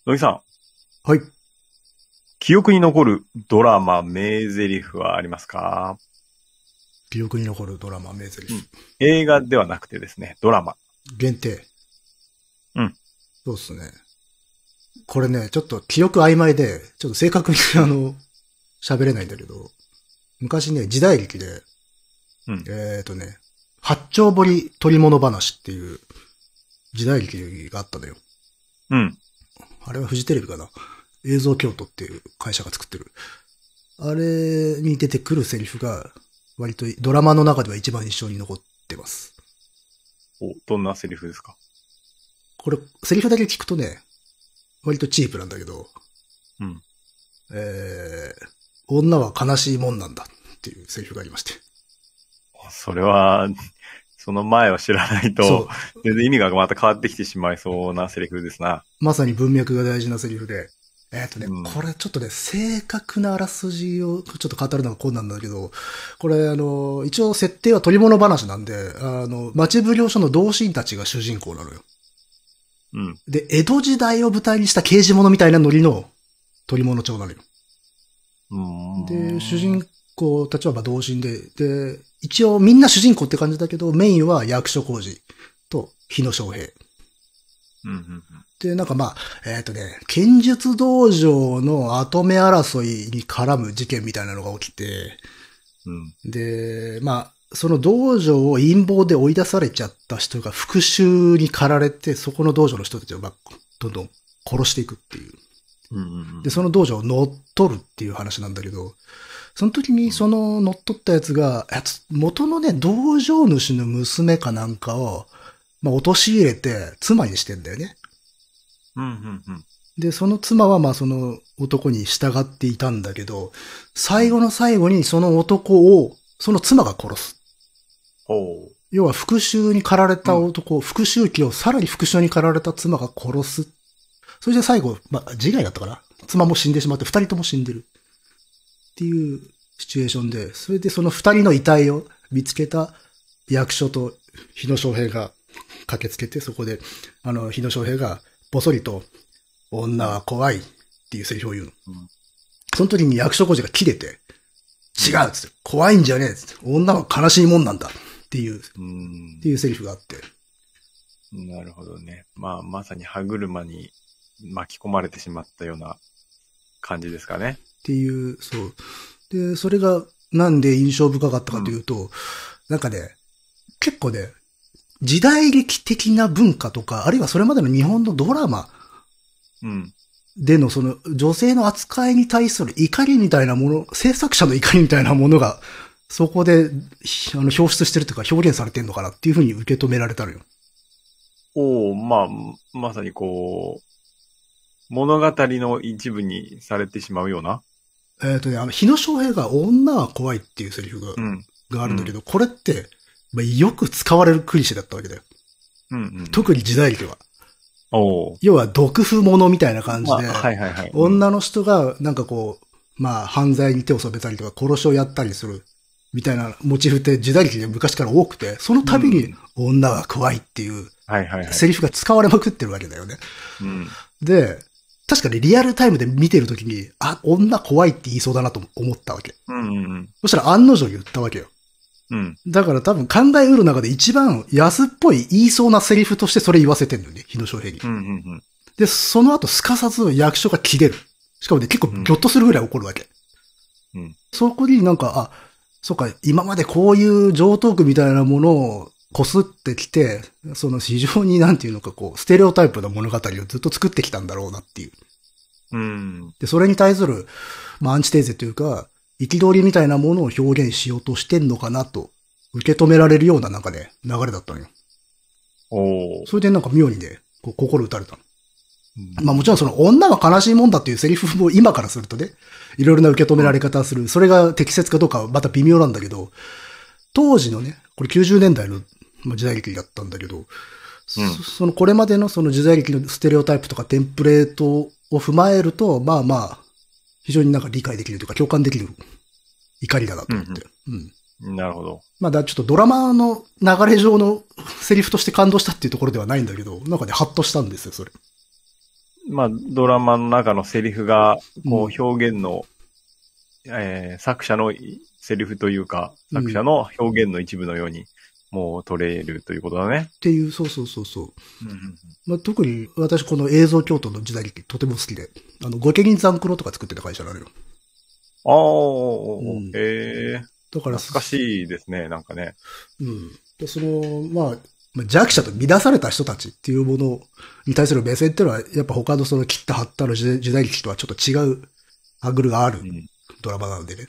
野木さん、 はい。 記憶に残るドラマ、名台詞はありますか？ 記憶に残るドラマ、名台詞。 映画ではなくてですね、ドラマ。 限定。 うん。 そうっすね。これね、ちょっと記憶曖昧で、ちょっと正確に喋れないんだけど、昔ね、時代劇で、 うん。 八丁堀取物話っていう時代劇があったのよ。 うん。 あれはフジテレビかな。映像京都っていう会社が作ってる。あれに出てくるセリフが、割とドラマの中では一番印象に残ってます。 どんなセリフですか？ これ、セリフだけ聞くとね、割とチープなんだけど、 うん。 女は悲しいもんなんだっていうセリフがありまして。 それは、その前を知らないそとう、 全然意味がまた変わってきてしまいそうなセリフですな。 まさに文脈が大事なセリフで、 うんこれちょっとね、正確なあらすじをちょっと語るのが困難なんだけど、これ一応設定は取り物話なんで、町奉行所の同心たちが主人公なのよ。 うん。 で、江戸時代を舞台にした刑事物みたいなノリの取り物帳なのよ。で、主人公たちはまあ同心で、一応みんな主人公って感じだけど、メインは役所広司と日野翔平。 うん。 で、なんかまあ、剣術道場の跡目争いに絡む事件みたいなのが起きて、 うん。 で、まあ、その道場を陰謀で追い出されちゃった人が復讐に駆られて、そこの道場の人たちをまあどんどん殺していくっていう。 うん。 で、その道場を乗っ取るっていう話なんだけど、その時にその乗っ取ったやつが、元のね、道場主の娘かなんかを、まあ、陥れて妻にしてんだよね。 うん。 で、その妻はまあその男に従っていたんだけど、最後の最後にその男を、その妻が殺す。要は復讐に駆られた男、復讐期をさらに復讐に駆られた妻が殺す。それで最後、まあ自害だったかな。妻も死んでしまって二人とも死んでる。っていうシチュエーションで、それでその二人の遺体を見つけた役所と日野翔平が駆けつけて、そこで、日野翔平がぼそりと、女は怖いっていうセリフを言うの。その時に役所広司が切れて、違うっつって、怖いんじゃねえっつって、女は悲しいもんなんだっていうセリフがあって。 なるほどね。まあ、まさに歯車に巻き込まれてしまったような感じですかね。 っていう、そう。で、それがなんで印象深かったかというと、なんかね、結構ね、時代劇的な文化とか、あるいはそれまでの日本のドラマでのその女性の扱いに対する怒りみたいなもの、制作者の怒りみたいなものが、そこで表出してるというか表現されてるのかなっていうふうに受け止められたのよ。 まあ、まさにこう、物語の一部にされてしまうような。 日野翔平が女は怖いっていうセリフがあるんだけど、これって、まあ、よく使われるクリシェだったわけだよ。特に時代劇は。要は毒婦ものみたいな感じで、女の人がなんかこう、まあ犯罪に手を染めたりとか殺しをやったりするみたいなモチーフって時代劇で昔から多くて、その度に女は怖いっていうセリフが使われまくってるわけだよね。で、確かにリアルタイムで見てるときに、女怖いって言いそうだなと思ったわけ。そしたら案の定言ったわけよ。だから多分考えうる中で一番安っぽい言いそうなセリフとしてそれ言わせてんのよね、日野翔平に。で、その後すかさず役所が切れる。しかもね、結構ギョッとするぐらい怒るわけ。そこになんか、そうか、今までこういう上等句みたいなものをこすってきて、その非常になんていうのかこう、ステレオタイプな物語をずっと作ってきたんだろうなっていう。で、それに対する、まあアンチテーゼというか、憤りみたいなものを表現しようとしてんのかなと、受け止められるようななんかね、流れだったのよ。それでなんか妙にね、こう心打たれたの。まあもちろんその女は悲しいもんだっていうセリフも今からするとね、いろいろな受け止められ方をする。それが適切かどうかはまた微妙なんだけど、当時のね、これ90年代の時代劇だったんだけど、そのこれまでのその時代劇のステレオタイプとかテンプレートを踏まえると、まあまあ、非常になんか理解できるというか共感できる怒りだなと思って。 なるほど。 まあちょっとドラマの流れ上のセリフとして感動したっていうところではないんだけど、なんかね、ハッとしたんですよ、それ。 まあ、ドラマの中のセリフが、こう、表現の、作者のセリフというか、作者の表現の一部のように、もう取れるということだね。 っていう、そう。まあ、特に私この映像京都の時代劇とても好きで、御家人ザンクロとか作ってた会社なのよ。 へえ。だから懐かしいですね、なんかね。 でまあ、弱者と乱された人たちっていうものに対する目線っていうのは、やっぱ他のその切った張ったの時代劇とはちょっと違うアングルがあるドラマなのでね。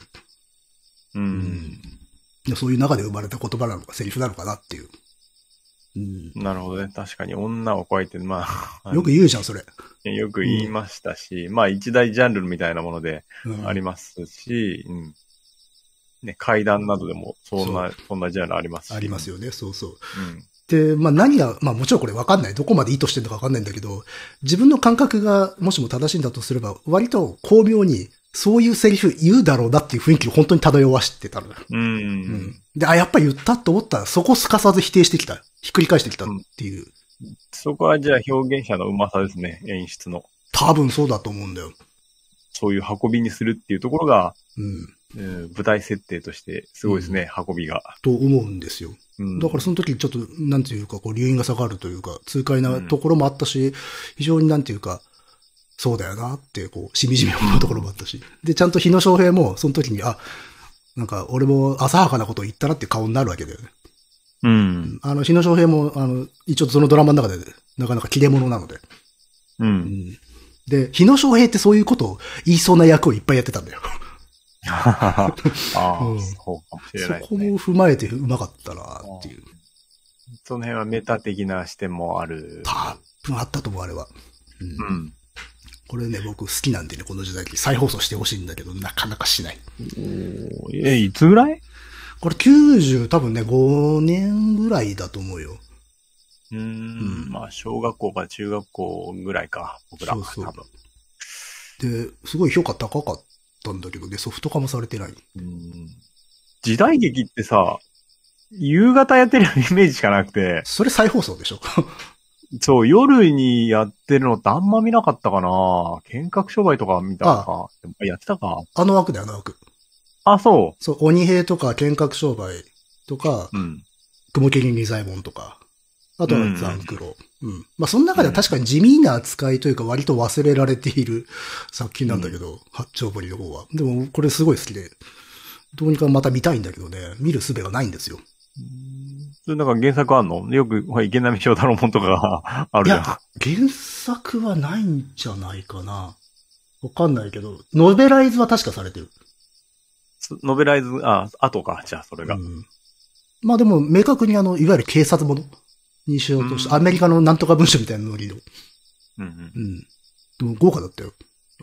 そういう中で生まれた言葉なのか、セリフなのかなっていう。 なるほどね。確かに女を超えて、まあ。よく言うじゃん、それ。 よく言いましたし、まあ一大ジャンルみたいなものでありますし、ね、階段などでもそんなジャンルありますし。 ありますよね、そう。で、まあ何が、まあもちろんこれわかんない。どこまで意図してるのかわかんないんだけど、自分の感覚がもしも正しいんだとすれば、割と巧妙に、そういうセリフ言うだろうなっていう雰囲気を本当に漂わしてたのよ。で、やっぱり言ったと思ったら、そこすかさず否定してきた。ひっくり返してきたっていう。 そこはじゃあ表現者のうまさですね、演出の。 多分そうだと思うんだよ。 そういう運びにするっていうところが、舞台設定としてすごいですね、運びが。 と思うんですよ。だからその時ちょっと、なんていうか、こう、留飲が下がるというか、痛快なところもあったし、非常になんていうか、そうだよなって、こう、しみじみ思うところもあったし。で、ちゃんと日野翔平も、その時に、なんか、俺も浅はかなことを言ったなっていう顔になるわけだよね。日野翔平も、一応そのドラマの中で、なかなか切れ者なので。で、日野翔平ってそういうことを言いそうな役をいっぱいやってたんだよ。そうかもしれない、ね。そこも踏まえてうまかったなっていう。 その辺はメタ的な視点もある。 多分あったと思う、あれは。これね、僕好きなんでね、この時代に再放送してほしいんだけど、なかなかしない。 いつぐらい？ これ90、多分ね、5年ぐらいだと思うよ。 まあ、小学校か中学校ぐらいか、僕ら。そう多分。 で、すごい評価高かったんだけどね、ソフト化もされてない。 時代劇ってさ、夕方やってるイメージしかなくて。 それ再放送でしょ？ そう、夜にやってるのってあんま見なかったかな。剣客商売とか見たか。やってたか。 あの枠だよ、あの枠。 そう。 そう、鬼平とか剣客商売とか、雲霧仁左衛門とか、あとはザンクロ。まあ、その中では確かに地味な扱いというか割と忘れられている作品なんだけど、八丁堀の方は。でも、これすごい好きで、どうにかまた見たいんだけどね、見る術がないんですよ。 それなんか原作あんの？よく、池波正太郎もんとかがあるじゃん。いや、 原作はないんじゃないかな。わかんないけど、ノベライズは確かされてる。 ノベライズ、後か、じゃあ、それが。 まあでも、明確にいわゆる警察ものにしようとして、アメリカのなんとか文書みたいなノリの。でも豪華だったよ。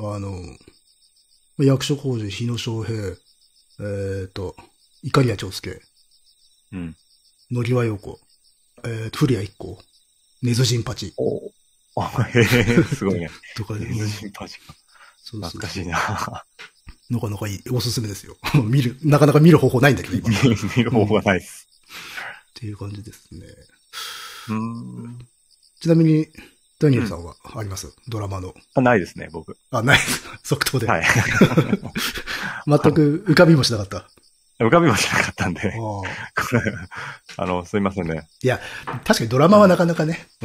役所広司、日野翔平、碇谷長介。野際陽子。古谷一行。根津陣八。 すごいね。 とかで。 根津陣八か。懐かしいな。 なかなかいい。おすすめですよ。なかなか見る方法ないんだけど、今。 見る方法がないです。 っていう感じですね。ちなみに、ダニエルさんはあります？ドラマの。 ないですね、僕。 ない。即答で。 はい。 全く浮かびもしなかった。 浮かびもしなかったんで。これ、すいませんね。 いや、確かにドラマはなかなかね。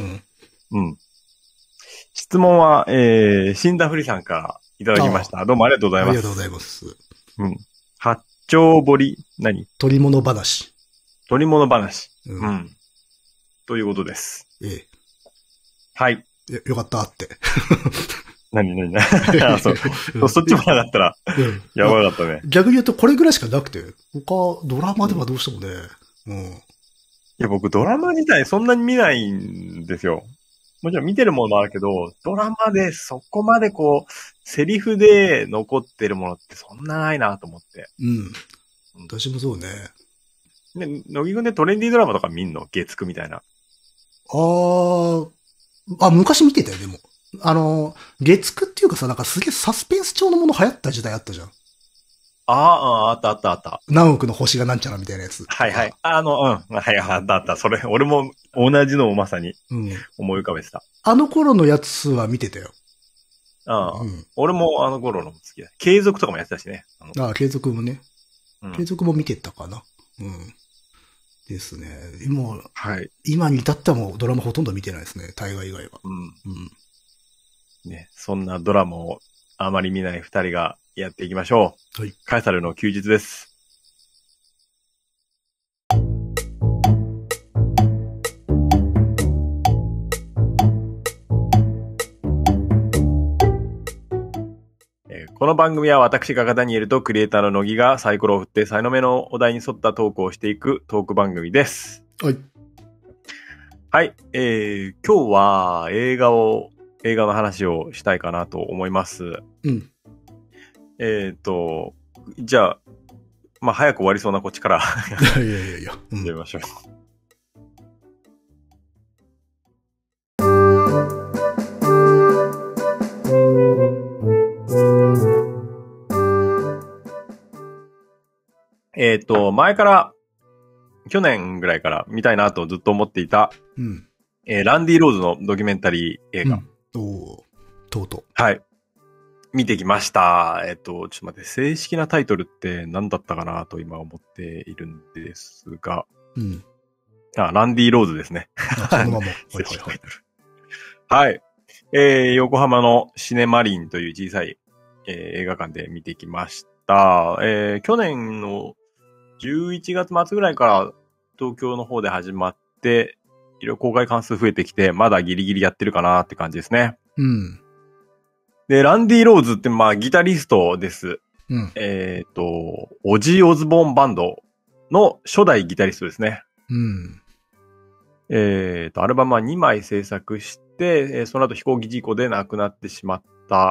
質問は、死んだふりさんからいただきました。どうもありがとうございます。 ありがとうございます。 八丁堀、 取り物話。 取り物話。ということです。はい。 よかったって。 何そっちもなかったら、やばかったね。 逆に言うとこれぐらいしかなくて、他、ドラマではどうしてもね。 いや、僕ドラマ自体そんなに見ないんですよ。もちろん見てるものもあるけど、ドラマでそこまでこう、セリフで残ってるものってそんなないなと思って。 私もそうね。 で、乃木くんでトレンディードラマとか見んの？月9みたいな。 昔見てたよ、でも。月9っていうかさ、なんかすげえサスペンス調のもの流行った時代あったじゃん。 あった。 何億の星がなんちゃらみたいなやつ。 はい。はい、あった。それ、俺も同じのをまさに思い浮かべてた。 あの頃のやつは見てたよ。 ああ、うん、俺もあの頃の好きだ。継続とかもやってたしね。 ああ、継続もね。継続も見てたかな。うん。ですね。 はい。 今に至ってはもうドラマほとんど見てないですね。大河以外は。 うん。ね、そんなドラマをあまり見ない二人がやっていきましょう。はい。カエサルの休日です。この番組は私がダニエルとクリエイターの乃木がサイコロを振って才能目のお題に沿ったトークをしていくトーク番組です。 はい。 はい。今日は映画の話をしたいかなと思います。 うん。 じゃあ、まあ、早く終わりそうなこっちから。 いや。 やりましょう。前から、去年ぐらいから見たいなとずっと思っていた、 うん。 ランディ・ローズのドキュメンタリー映画。 とうとう。 はい。見てきました。ちょっと待って、正式なタイトルって何だったかなと今思っているんですが。 うん。 ランディ・ローズですね。 そのまま。 はい。横浜のシネマリンという小さい、映画館で見てきました。去年の11月末ぐらいから東京の方で始まって、いろいろ公開関数増えてきて、まだギリギリやってるかなって感じですね。 うん。 で、ランディ・ローズって、まあ、ギタリストです。 うん。 オジー・オズボーンバンドの初代ギタリストですね。 うん。 アルバムは2枚制作して、その後飛行機事故で亡くなってしまった、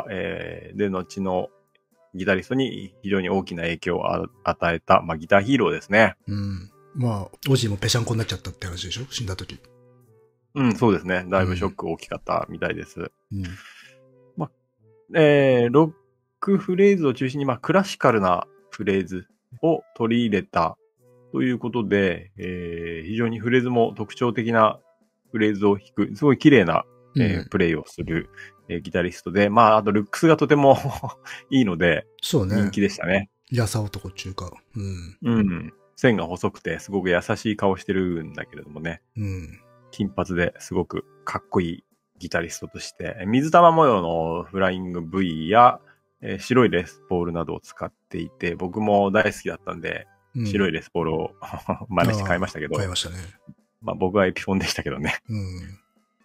で、後のギタリストに非常に大きな影響を与えた、まあ、ギターヒーローですね。 うん。まあ、オジーもペシャンコになっちゃったって話でしょ？死んだ時。 うん、そうですね。だいぶショック大きかったみたいです。 うん。 まあ、ロックフレーズを中心に、まあ、クラシカルなフレーズを取り入れたということで、非常にフレーズも特徴的なフレーズを弾く、すごい綺麗な、プレイをする、ギタリストで、まあ、あとルックスがとてもいいので、 そうね。 人気でしたね。 やさ男中か。 うん。線が細くて、すごく優しい顔してるんだけれどもね。 うん。 金髪ですごくかっこいいギタリストとして、水玉模様のフライング V や、白いレスポールなどを使っていて、僕も大好きだったんで、白いレスポールを真似して買いましたけど。 買いましたね。 まあ僕はエピフォンでしたけどね。 うん。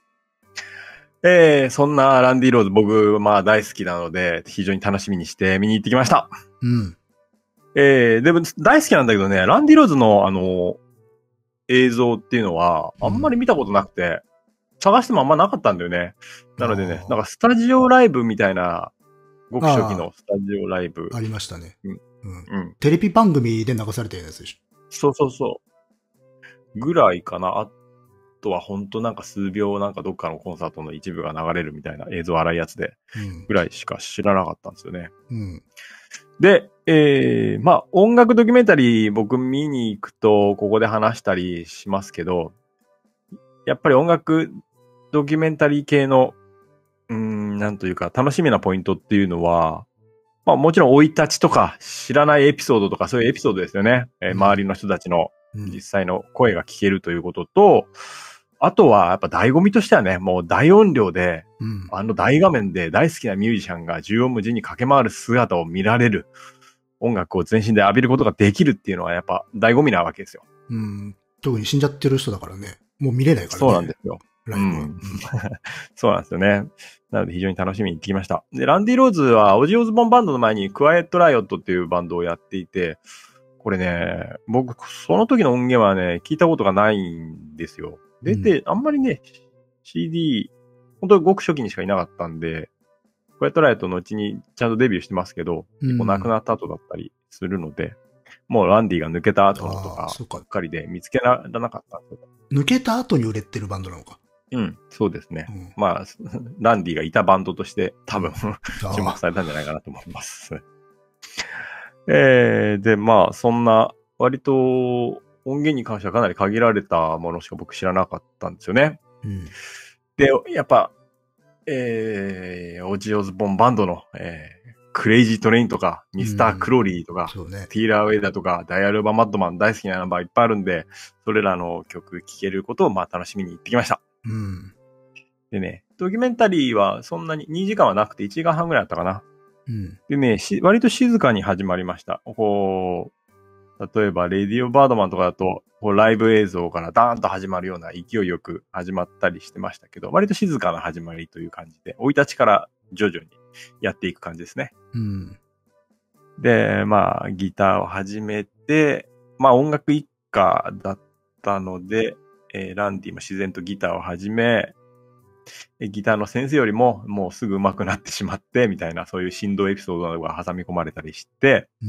そんなランディ・ローズ僕まあ大好きなので非常に楽しみにして見に行ってきました。 うん。 でも大好きなんだけどね、ランディ・ローズの映像っていうのはあんまり見たことなくて、探してもあんまなかったんだよね。なのでね、なんかスタジオライブみたいな、ごく初期のスタジオライブ。 ありましたね。 うん。うん。 テレビ番組で流されてるやつでしょ。そう。ぐらいかな。あとはほんとなんか数秒なんかどっかのコンサートの一部が流れるみたいな映像荒いやつで、ぐらいしか知らなかったんですよね。 うん。 で、まあ音楽ドキュメンタリー僕見に行くとここで話したりしますけど、やっぱり音楽ドキュメンタリー系のなんというか楽しみなポイントっていうのは、まあもちろん生い立ちとか知らないエピソードとかそういうエピソードですよね。周りの人たちの実際の声が聞けるということと、あとはやっぱ醍醐味としてはね、もう大音量で、あの大画面で大好きなミュージシャンが縦横無尽に駆け回る姿を見られる、音楽を全身で浴びることができるっていうのはやっぱ醍醐味なわけですよ。 特に死んじゃってる人だからね。もう見れないからね。 そうなんですよ。そうなんですよね。なので非常に楽しみに行ってきました。で、ランディ・ローズはオジー・オズボーンバンドの前にクワイエット・ライオットっていうバンドをやっていて、これね、僕、その時の音源はね、聞いたことがないんですよ。あんまりね、CD、本当にごく初期にしかいなかったんで、クワイエット・ライオットのうちにちゃんとデビューしてますけど、結構亡くなった後だったりするので、もうランディが抜けた後のとかばっかりで見つけられなかったんですよ。 抜けた後に売れてるバンドなのか。 そうですね。まあ、ランディがいたバンドとして多分注目されたんじゃないかなと思います。で、まあ、そんな、割と音源に関してはかなり限られたものしか僕知らなかったんですよね。 うん、 で、やっぱ、 オジー・オズボーンバンドの、クレイジートレインとか、ミスター・クロリーとか、ティーラー・ウェイダーとか、ダイアルバ・マッドマン大好きなナンバーいっぱいあるんで、それらの曲聴けることをまあ楽しみに行ってきました。 うん。 でね、ドキュメンタリーはそんなに2時間はなくて1時間半ぐらいあったかな。 うん。 でね、割と静かに始まりました。例えば、レディオ・バードマンとかだと、ライブ映像からダーンと始まるような勢いよく始まったりしてましたけど、割と静かな始まりという感じで、生い立ちから徐々にやっていく感じですね。 うん。 で、まあ、ギターを始めて、まあ、音楽一家だったので、ランディも自然とギターを始め、ギターの先生よりももうすぐ上手くなってしまって、みたいな、そういう振動エピソードなどが挟み込まれたりして、 うん、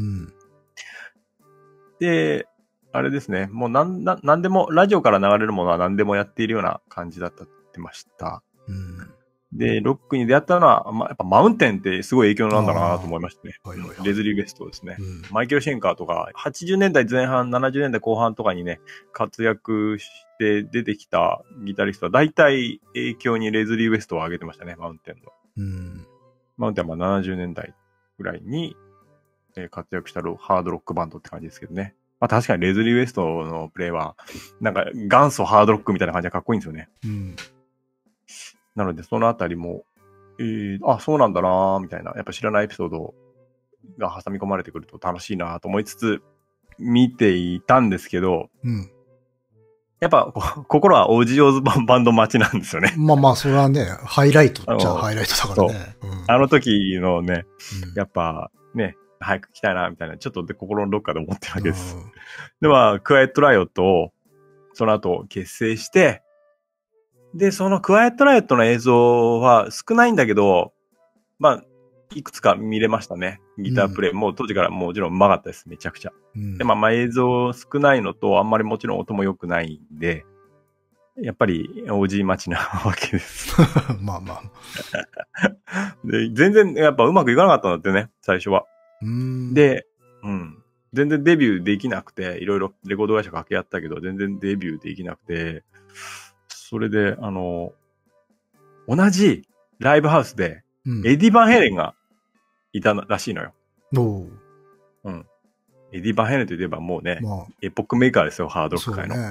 で、あれですね、もうなんでも、ラジオから流れるものは何でもやっているような感じだったって言ってました。 うん、 で、ロックに出会ったのは、やっぱマウンテンってすごい影響なんだなと思いましたね。 はいはいはい、 レズリー・ウェストですね、 うん。 マイケル・シェンカーとか、80年代前半、70年代後半とかにね、活躍して出てきたギタリストは、大体影響にレズリー・ウェストを挙げてましたね、マウンテンの。 うん、 マウンテンは70年代ぐらいに活躍したハードロックバンドって感じですけどね。まあ確かにレズリー・ウェストのプレイは、なんか元祖ハードロックみたいな感じでかっこいいんですよね。 うん、 なのでそのあたりも、そうなんだなーみたいな、やっぱ知らないエピソードが挟み込まれてくると楽しいなと思いつつ、見ていたんですけど、 うん、 やっぱ心はオジー・オズボーンバンド待ちなんですよね。 まあまあ、それはね、ハイライトっちゃハイライトだからね。 あの時のね、やっぱね、早く来たいな、みたいな、ちょっと心のどっかで思ってるわけです。で、まあ、クワイエット・ライオットを、その後結成して、で、そのクワイエット・ライオットの映像は少ないんだけど、まあ、いくつか見れましたね。ギタープレイ。もう当時からもちろんうまかったです。めちゃくちゃ。で、まあ映像少ないのと、あんまりもちろん音も良くないんで、やっぱり、おじい待ちなわけです。 まあまあ。で、全然、やっぱうまくいかなかったんだってね、最初は。で、全然デビューできなくて、いろいろレコード会社掛け合ったけど、全然デビューできなくて、それで、同じライブハウスで、エディ・バンヘレンがいたらしいのよ。エディ・バンヘレンといえばもうね、エポックメーカーですよ、ハードロック界の。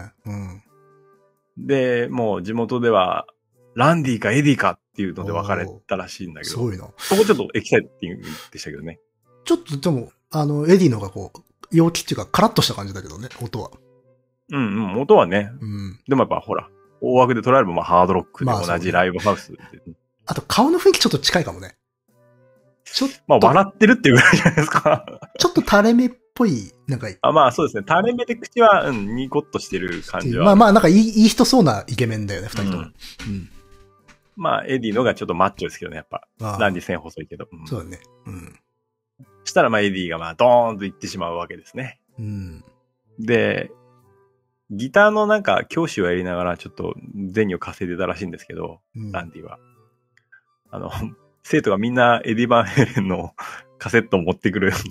で、もう地元では、ランディかエディかっていうので分かれたらしいんだけど、 すごいな。 そこちょっとエキサイティングでしたけどね。 ちょっとでも、エディのがこう、陽気っていうか、カラッとした感じだけどね、音は。 音はね。でもやっぱほら、大枠で捉えればハードロックで同じライブハウスで、 あと顔の雰囲気ちょっと近いかもね。 まあ笑ってるっていうぐらいじゃないですか。 ちょっと垂れ目っぽい、なんか。 まあそうですね。垂れ目で口は、ニコッとしてる感じは。 まあまあなんかいい人そうなイケメンだよね、二人とも。 まあエディのがちょっとマッチョですけどね、やっぱ。ランディ線細いけど。 そうだね。 そしたらまあエディがまあドーンと行ってしまうわけですね。で、ギターのなんか教師をやりながらちょっと銭を稼いでたらしいんですけど、ランディは。生徒がみんなエディ・バンヘレンのカセットを持ってくるんで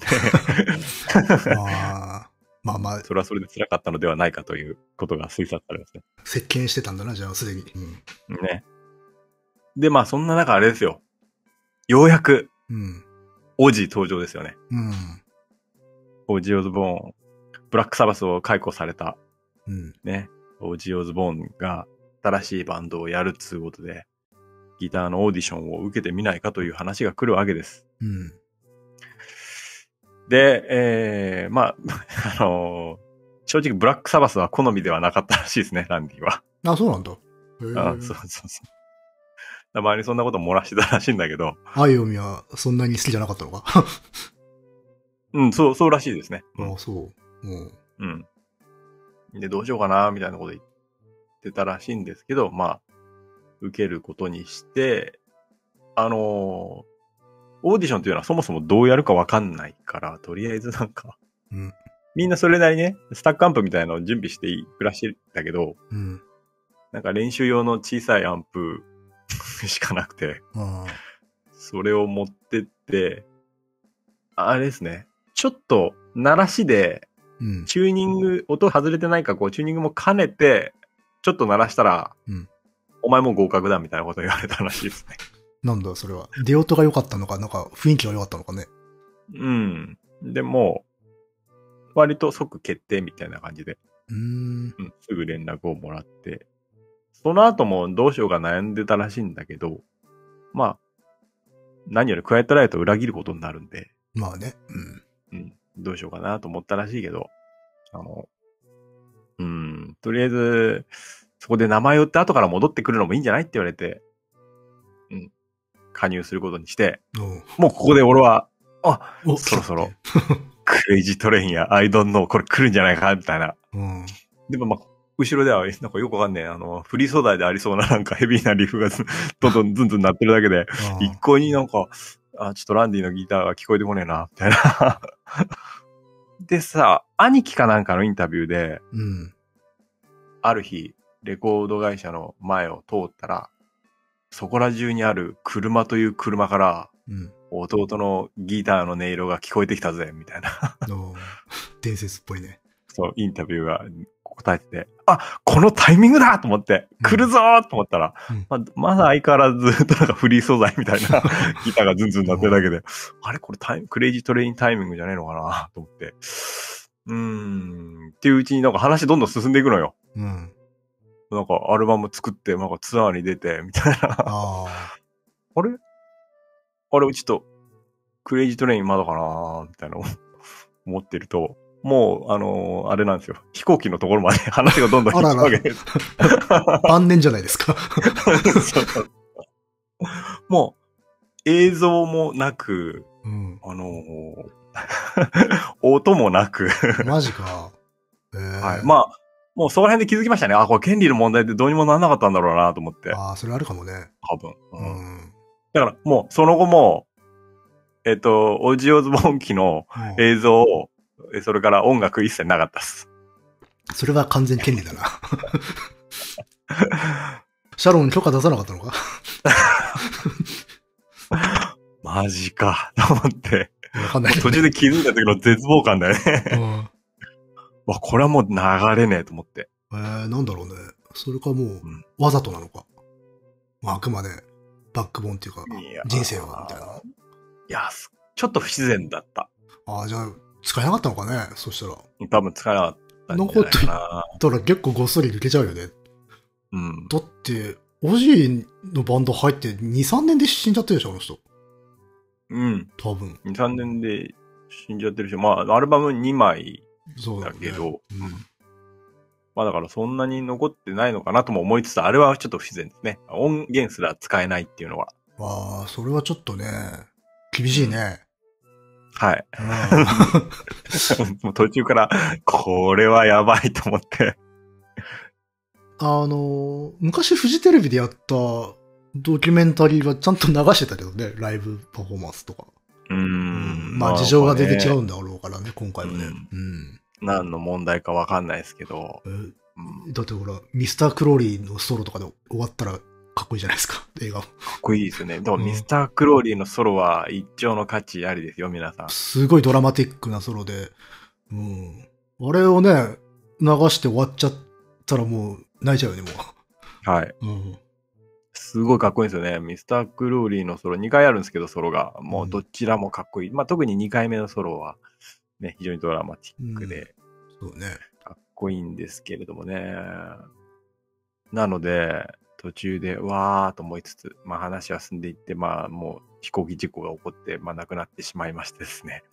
まあまあ。 それはそれで辛かったのではないかということが推察されますね。 接見してたんだな、じゃあすでに。 ね。で、まあそんな中あれですよ。ようやく、オジー登場ですよね。オジー・オズボーン、ブラックサバスを解雇された、ね、オジー・オズボーンが新しいバンドをやるっつうことで、ギターのオーディションを受けてみないかという話が来るわけです。で、まあ、正直ブラックサバスは好みではなかったらしいですね、ランディは。 あ、そうなんだ。 そう。たまにそんなこと漏らしてたらしいんだけど。 アイオミはそんなに好きじゃなかったのかそうらしいですね。 そう。 で、どうしようかな、みたいなこと言ってたらしいんですけど、まあ、受けることにして、オーディションというのはそもそもどうやるかわかんないから、とりあえずなんか、みんなそれなりね、スタックアンプみたいなのを準備して暮らしてたけど、なんか練習用の小さいアンプしかなくて、それを持ってって、あれですね、ちょっと鳴らしで、チューニング、音外れてないかこうチューニングも兼ねて、ちょっと鳴らしたら、お前もう合格だみたいなこと言われたらしいですね。 なんだ、それは。出音が良かったのか、なんか雰囲気が良かったのかね。 うん。でも、割と即決定みたいな感じで。うん、すぐ連絡をもらって。その後もどうしようか悩んでたらしいんだけど、まあ、何よりクワイエットライトを裏切ることになるんで。 まあね。 うん。どうしようかなと思ったらしいけど、とりあえず、そこで名前を売って後から戻ってくるのもいいんじゃないって言われて、加入することにして、もうここで俺は、そろそろ、クレイジートレインやアイドンノーこれ来るんじゃないかみたいな。でもまあ、後ろでは、なんかよくわかんねえ、フリー素材でありそうななんかヘビーなリフがどんどんずんずん鳴ってるだけで、一向になんか、ちょっとランディのギターが聞こえてこねえな、みたいな。でさ、兄貴かなんかのインタビューで、ある日、レコード会社の前を通ったら、そこら中にある車という車から、弟のギターの音色が聞こえてきたぜ、みたいな。 伝説っぽいね。 そう、インタビューが答えてて、このタイミングだと思って、来るぞーと思ったら、まだ相変わらずずっとなんかフリー素材みたいなギターがズンズン鳴ってるだけで、あれこれクレイジートレインタイミングじゃねえのかなと思って。っていううちになんか話どんどん進んでいくのよ。なんかアルバム作って、なんかツアーに出て、みたいな。あれちょっと、クレイジートレインまだかなみたいな思ってると、もう、あれなんですよ。飛行機のところまで話がどんどん行くわけです。 晩年じゃないですか。 そうもう、映像もなく、音もなく。 マジか。 はい。まあ、もうそこら辺で気づきましたね。これ権利の問題でどうにもならなかったんだろうなと思って。 それあるかもね。 多分。だからもう、その後も、オジオズボーン機の映像を、それから音楽一切なかったっす。 それは完全権利だな。シャロン許可出さなかったのかマジか、と思って。 わかんない、ね。 途中で気づいた時の絶望感だよね。これはもう流れねえと思って。 なんだろうね。それかもう、わざとなのか。あくまで、バックボーンっていうか、人生は、みたいな。 いや、ちょっと不自然だった。 じゃあ、使えなかったのかねそしたら。 多分使えなかったんじゃないかな。 残ってたら結構ごっそり抜けちゃうよね。だって、オジーのバンド入って2、3年で死んじゃってるでしょ、あの人。多分。 2、3年で死んじゃってるし、まあ、アルバム2枚だけど、まあだからそんなに残ってないのかなとも思いつつ、あれはちょっと不自然ですね。音源すら使えないっていうのは。 それはちょっとね、厳しいね。 はい。もう途中から、これはやばいと思って。 昔フジテレビでやったドキュメンタリーはちゃんと流してたけどね、ライブパフォーマンスとか。まあ事情が出て違うんだろうからね、今回はね。 何の問題かわかんないですけど。 だってほら、ミスタークローリーのソロとかで終わったらかっこいいじゃないですか、映画。 かっこいいですよね。でもミスタークローリーのソロは一丁の価値ありですよ、皆さん。 すごいドラマティックなソロで。あれをね、流して終わっちゃったらもう泣いちゃうよね、もう。はい。すごいかっこいいんですよね。ミスタークローリーのソロ2回あるんですけど、ソロが。もうどちらもかっこいい。まあ特に2回目のソロはね、非常にドラマティックで。 そうね。 かっこいいんですけれどもね。なので、途中で、わーと思いつつ、まあ話は進んでいって、まあもう飛行機事故が起こって、まあ亡くなってしまいましてですね。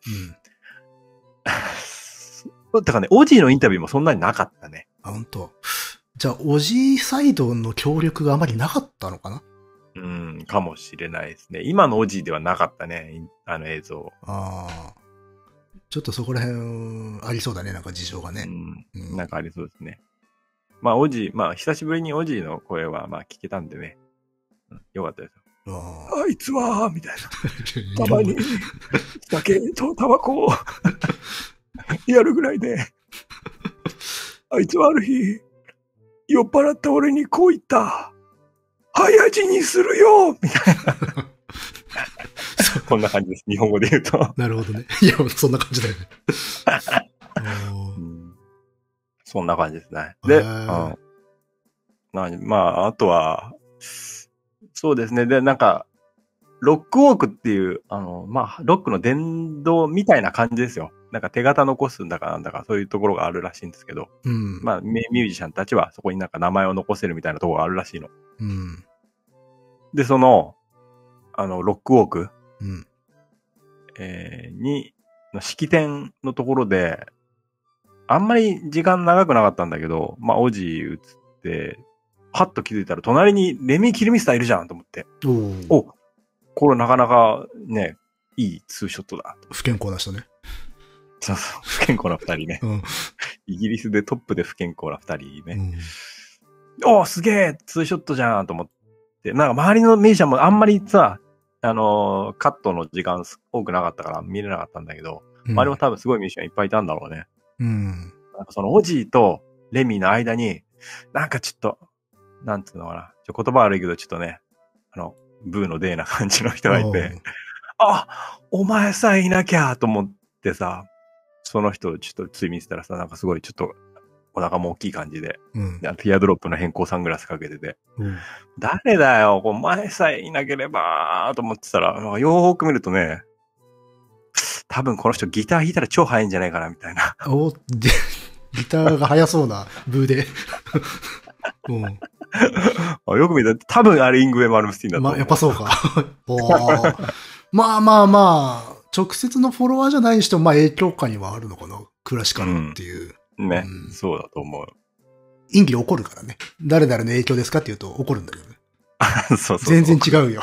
だからね、オジーのインタビューもそんなになかったね。 本当。じゃあ、オジーサイドの協力があまりなかったのかな？ かもしれないですね。今のオジーではなかったね、映像。 ちょっとそこら辺ありそうだね、なんか事情がね。 なんかありそうですね。まあ、久しぶりにオジーの声は、まあ、聞けたんでね。よかったですよ。あいつは、みたいな。たまに、酒とタバコをやるぐらいで、あいつはある日、酔っ払った俺にこう言った。早死にするよみたいな。こんな感じです。日本語で言うと。 なるほどね。いや、そんな感じだよね。 そんな感じですね。で、まあ、あとは、そうですね。で、なんか、 ロックウォークっていう、まあ、ロックの殿堂みたいな感じですよ。なんか手形残すんだかなんだかそういうところがあるらしいんですけど、 うん、 まあ、ミュージシャンたちはそこになんか名前を残せるみたいなところがあるらしいの。 うん、 で、その、ロックウォーク、 うん、 の式典のところで、あんまり時間長くなかったんだけど、まあ、オジー映って、パッと気づいたら隣にレミー・キルミスターいるじゃんと思って。お、これなかなかね、いいツーショットだ。 不健康な人ね。 そうそう、不健康な二人ね。 うん、 イギリスでトップで不健康な二人ね。お、すげえツーショットじゃんと思って。なんか周りのミュージシャンもあんまりさ、カットの時間多くなかったから見れなかったんだけど、周りも多分すごいミュージシャンいっぱいいたんだろうね。 うん。 なんかそのオジーとレミーの間に、なんかちょっと、なんつうのかな。言葉悪いけどちょっとね、ブーのデーな感じの人がいて、あ、お前さえいなきゃと思ってさ、その人ちょっとつい見てたらさ、なんかすごいちょっとお腹も大きい感じで、 うん、 ティアドロップの変更サングラスかけてて、 うん、 誰だよ、お前さえいなければと思ってたら、よーく見るとね、多分この人ギター弾いたら超速いんじゃないかなみたいな。 ギターが速そうなブーで。うん、 よく見たら多分あれイングウェイ・マルムスティンだと思う。 やっぱそうか。まあまあまあ、直接のフォロワーじゃないにしても、まあ影響下にはあるのかな。クラシカルっていう。 ね、そうだと思う。 演技で怒るからね。誰々の影響ですかって言うと怒るんだけどね。 そう。 全然違うよ。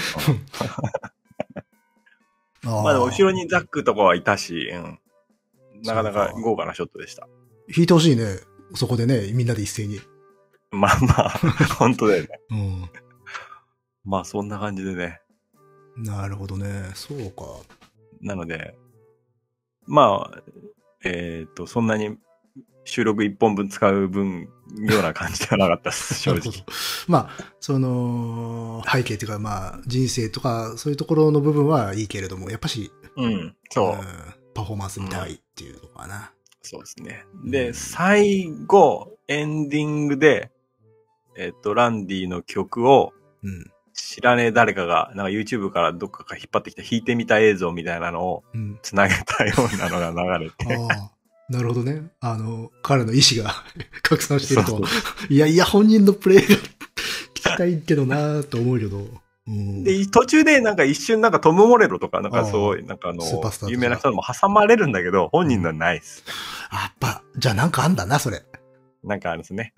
まあでも後ろにザックとかはいたし、なかなか豪華なショットでした。 弾いてほしいね。そこでね、みんなで一斉に。 まあまあ、本当だよね。 うん。 まあそんな感じでね。 なるほどね。そうか。 なので、まあ、そんなに収録1本分使う分、ような感じではなかったです、正直。 まあ、その、背景というか、まあ、人生とか、そういうところの部分はいいけれども、やっぱし、 そう。 パフォーマンス見たいっていうのかな。 そうですね。で、最後、エンディングで、ランディの曲を、知らねえ誰かが、なんか YouTube からどっかから引っ張ってきた弾いてみた映像みたいなのを、つなげたようなのが流れて。 なるほどね。彼の意思が拡散してると。いや、本人のプレイが聞きたいけどなぁと思うけど。 で、途中でなんか一瞬なんかトム・モレロとか、なんかそう、なんか有名な人も挟まれるんだけど、本人のはないです。 やっぱ、じゃあなんかあんだな、それ。 なんかあるんですね。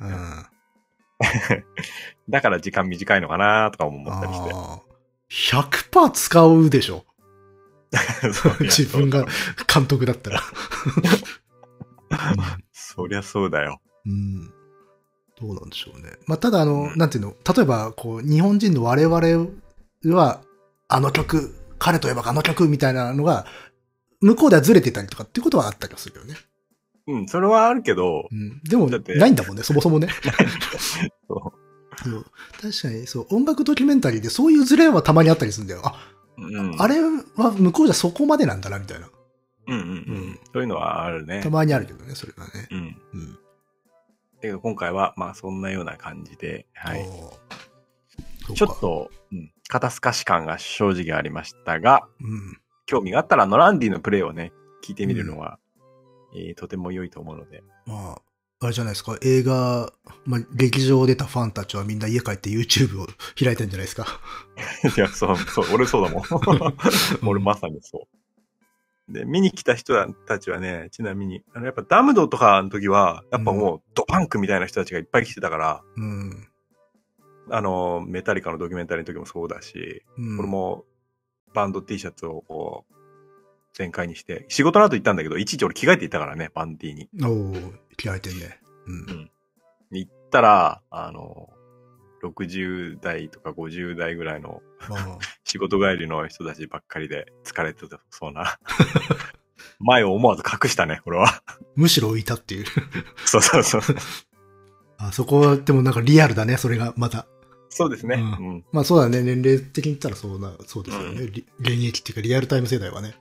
だから時間短いのかなとか思ったりして。 100% 使うでしょ。自分が監督だったら。 そりゃそうだよ。 どうなんでしょうね。まあ、ただなんていうの、例えば、こう、日本人の我々は、あの曲、彼といえばあの曲みたいなのが、向こうではずれてたりとかっていうことはあったりするよね。 それはあるけど。 でも、ないんだもんね、そもそもね。そう確かに、そう、音楽ドキュメンタリーでそういうズレはたまにあったりするんだよ。あれは向こうじゃそこまでなんだな、みたいな。 そういうのはあるね。 たまにあるけどね、それはね。 だけど今回は、まあそんなような感じで、はい。ちょっと、肩透かし感が正直ありましたが、興味があったらランディのプレイをね、聞いてみるのは、とても良いと思うので。 まあ、あれじゃないですか、映画、まあ、劇場出たファンたちはみんな家帰って YouTube を開いてんじゃないですか。 いや、そう、俺そうだもん。俺まさにそう。で、見に来た人たちはね、ちなみに、やっぱダムドとかの時は、やっぱもうドパンクみたいな人たちがいっぱい来てたから、メタリカのドキュメンタリーの時もそうだし、これもバンド T シャツをこう、全開にして、仕事の後行ったんだけど、いちいち俺着替えて行ったからね、バンディに。 着替えてんね。 行ったら、60代とか50代ぐらいの仕事帰りの人たちばっかりで疲れてそうな。前を思わず隠したね、俺は。 むしろ浮いたっていう。 そう。 そこは、でもなんかリアルだね、それがまた。 そうですね。 まあそうだね、年齢的に言ったらそうですよね。現役っていうかリアルタイム世代はね。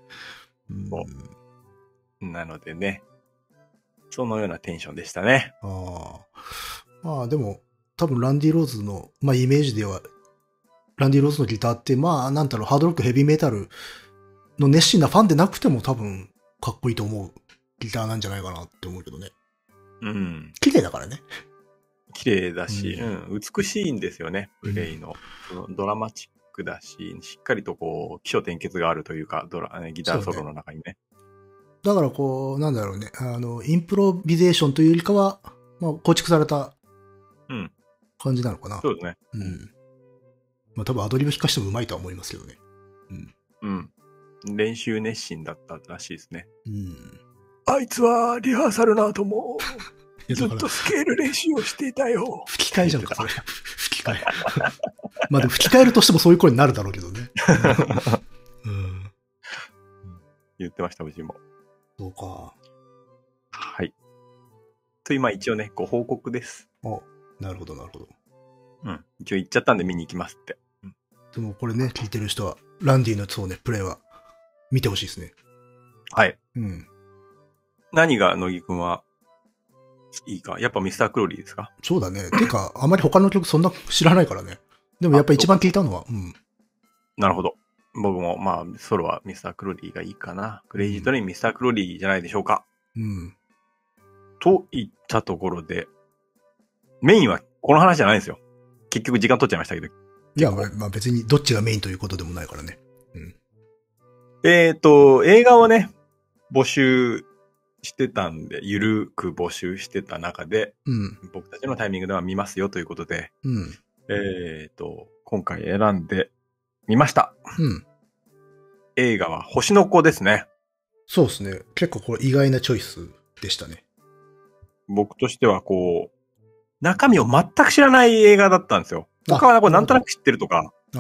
なのでね、そのようなテンションでしたね。 まあでも、多分ランディ・ローズの、まあイメージでは、 ランディ・ローズのギターって、まあ、なんだろう、ハードロック、ヘビーメタルの熱心なファンでなくても多分、かっこいいと思うギターなんじゃないかなって思うけどね。 うん。 綺麗だからね。 綺麗だし、美しいんですよね、プレイの。そのドラマチックだし、しっかりとこう、起承転結があるというか、ギターソロの中にね。 だからこう、なんだろうね、インプロビゼーションというよりかは、まあ、構築された、感じなのかな。 そうですね。 まあ多分アドリブ弾かしてもうまいとは思いますけどね。 練習熱心だったらしいですね。あいつはリハーサルの後も、ずっとスケール練習をしていたよ。 吹き替えじゃんか、それ。吹き替え。まあでも吹き替えるとしてもそういう声になるだろうけどね。 言ってました、うちも。 そうか。 はい。という、まあ一応ね、ご報告です。 なるほど、なるほど。 一応言っちゃったんで見に行きますって。 でもこれね、聞いてる人は、ランディのそうね、プレイは見てほしいですね。 はい。何が乃木くんはいいか。やっぱミスタークロリーですか？ そうだね。てか、あまり他の曲そんな知らないからね。でもやっぱ一番聞いたのは、 なるほど。僕も、まあ、ソロはミスタークロリーがいいかな。クレイジートレインミスタークロリーじゃないでしょうか。といったところで、メインはこの話じゃないんですよ。結局時間取っちゃいましたけど。 いや、まあ別にどっちがメインということでもないからね。 映画をね、募集してたんで、ゆるく募集してた中で、僕たちのタイミングでは見ますよということで、今回選んでみました。映画は星の子ですね。 そうですね。結構これ意外なチョイスでしたね。 僕としてはこう、中身を全く知らない映画だったんですよ。他はこれなんとなく知ってるとか、だ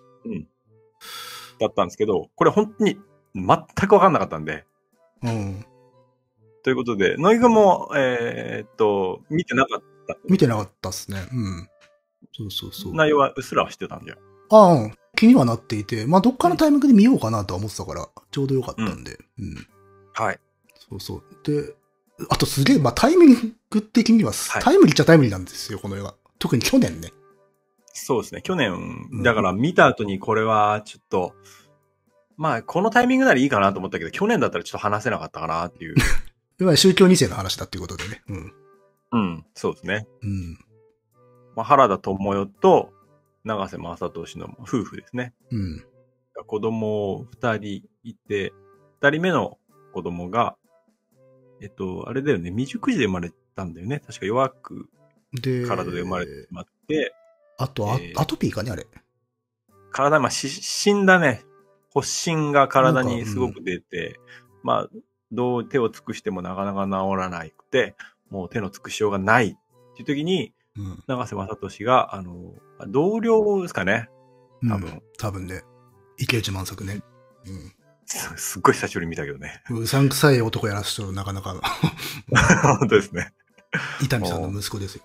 ったんですけど、これ本当に全くわかんなかったんで。ということで、乃木くんも、見てなかった。 見てなかったっすね。そう。 内容はうっすらは知ってたんじゃん。 気にはなっていて、まあ、どっかのタイミングで見ようかなとは思ってたから、ちょうどよかったんで。 はい。 そう。で、あとすげえ、まあ、タイミング的には、タイムリーっちゃタイムリーなんですよ、この映画。特に去年ね。 そうですね、去年、だから見た後にこれはちょっと、まあ、このタイミングならいいかなと思ったけど、去年だったらちょっと話せなかったかなっていう。 宗教2世の話だっていうことでね。 そうですね。まあ、原田知世と長瀬正敏の夫婦ですね。子供2人いて、2人目の子供が、あれだよね、未熟児で生まれたんだよね。確か弱く、体で生まれてしまって。 あと、アトピーかね、あれ。 体、まあ、死んだね。発疹が体にすごく出て、まあ、どう手を尽くしてもなかなか治らなくて、もう手の尽くしようがないっていう時に、長瀬正敏が、同僚ですかね。 多分ね。池内万作ね。 すっごい久しぶりに見たけどね。 うさんくさい男やらすとなかなか。 本当ですね。 伊丹さんの息子ですよ。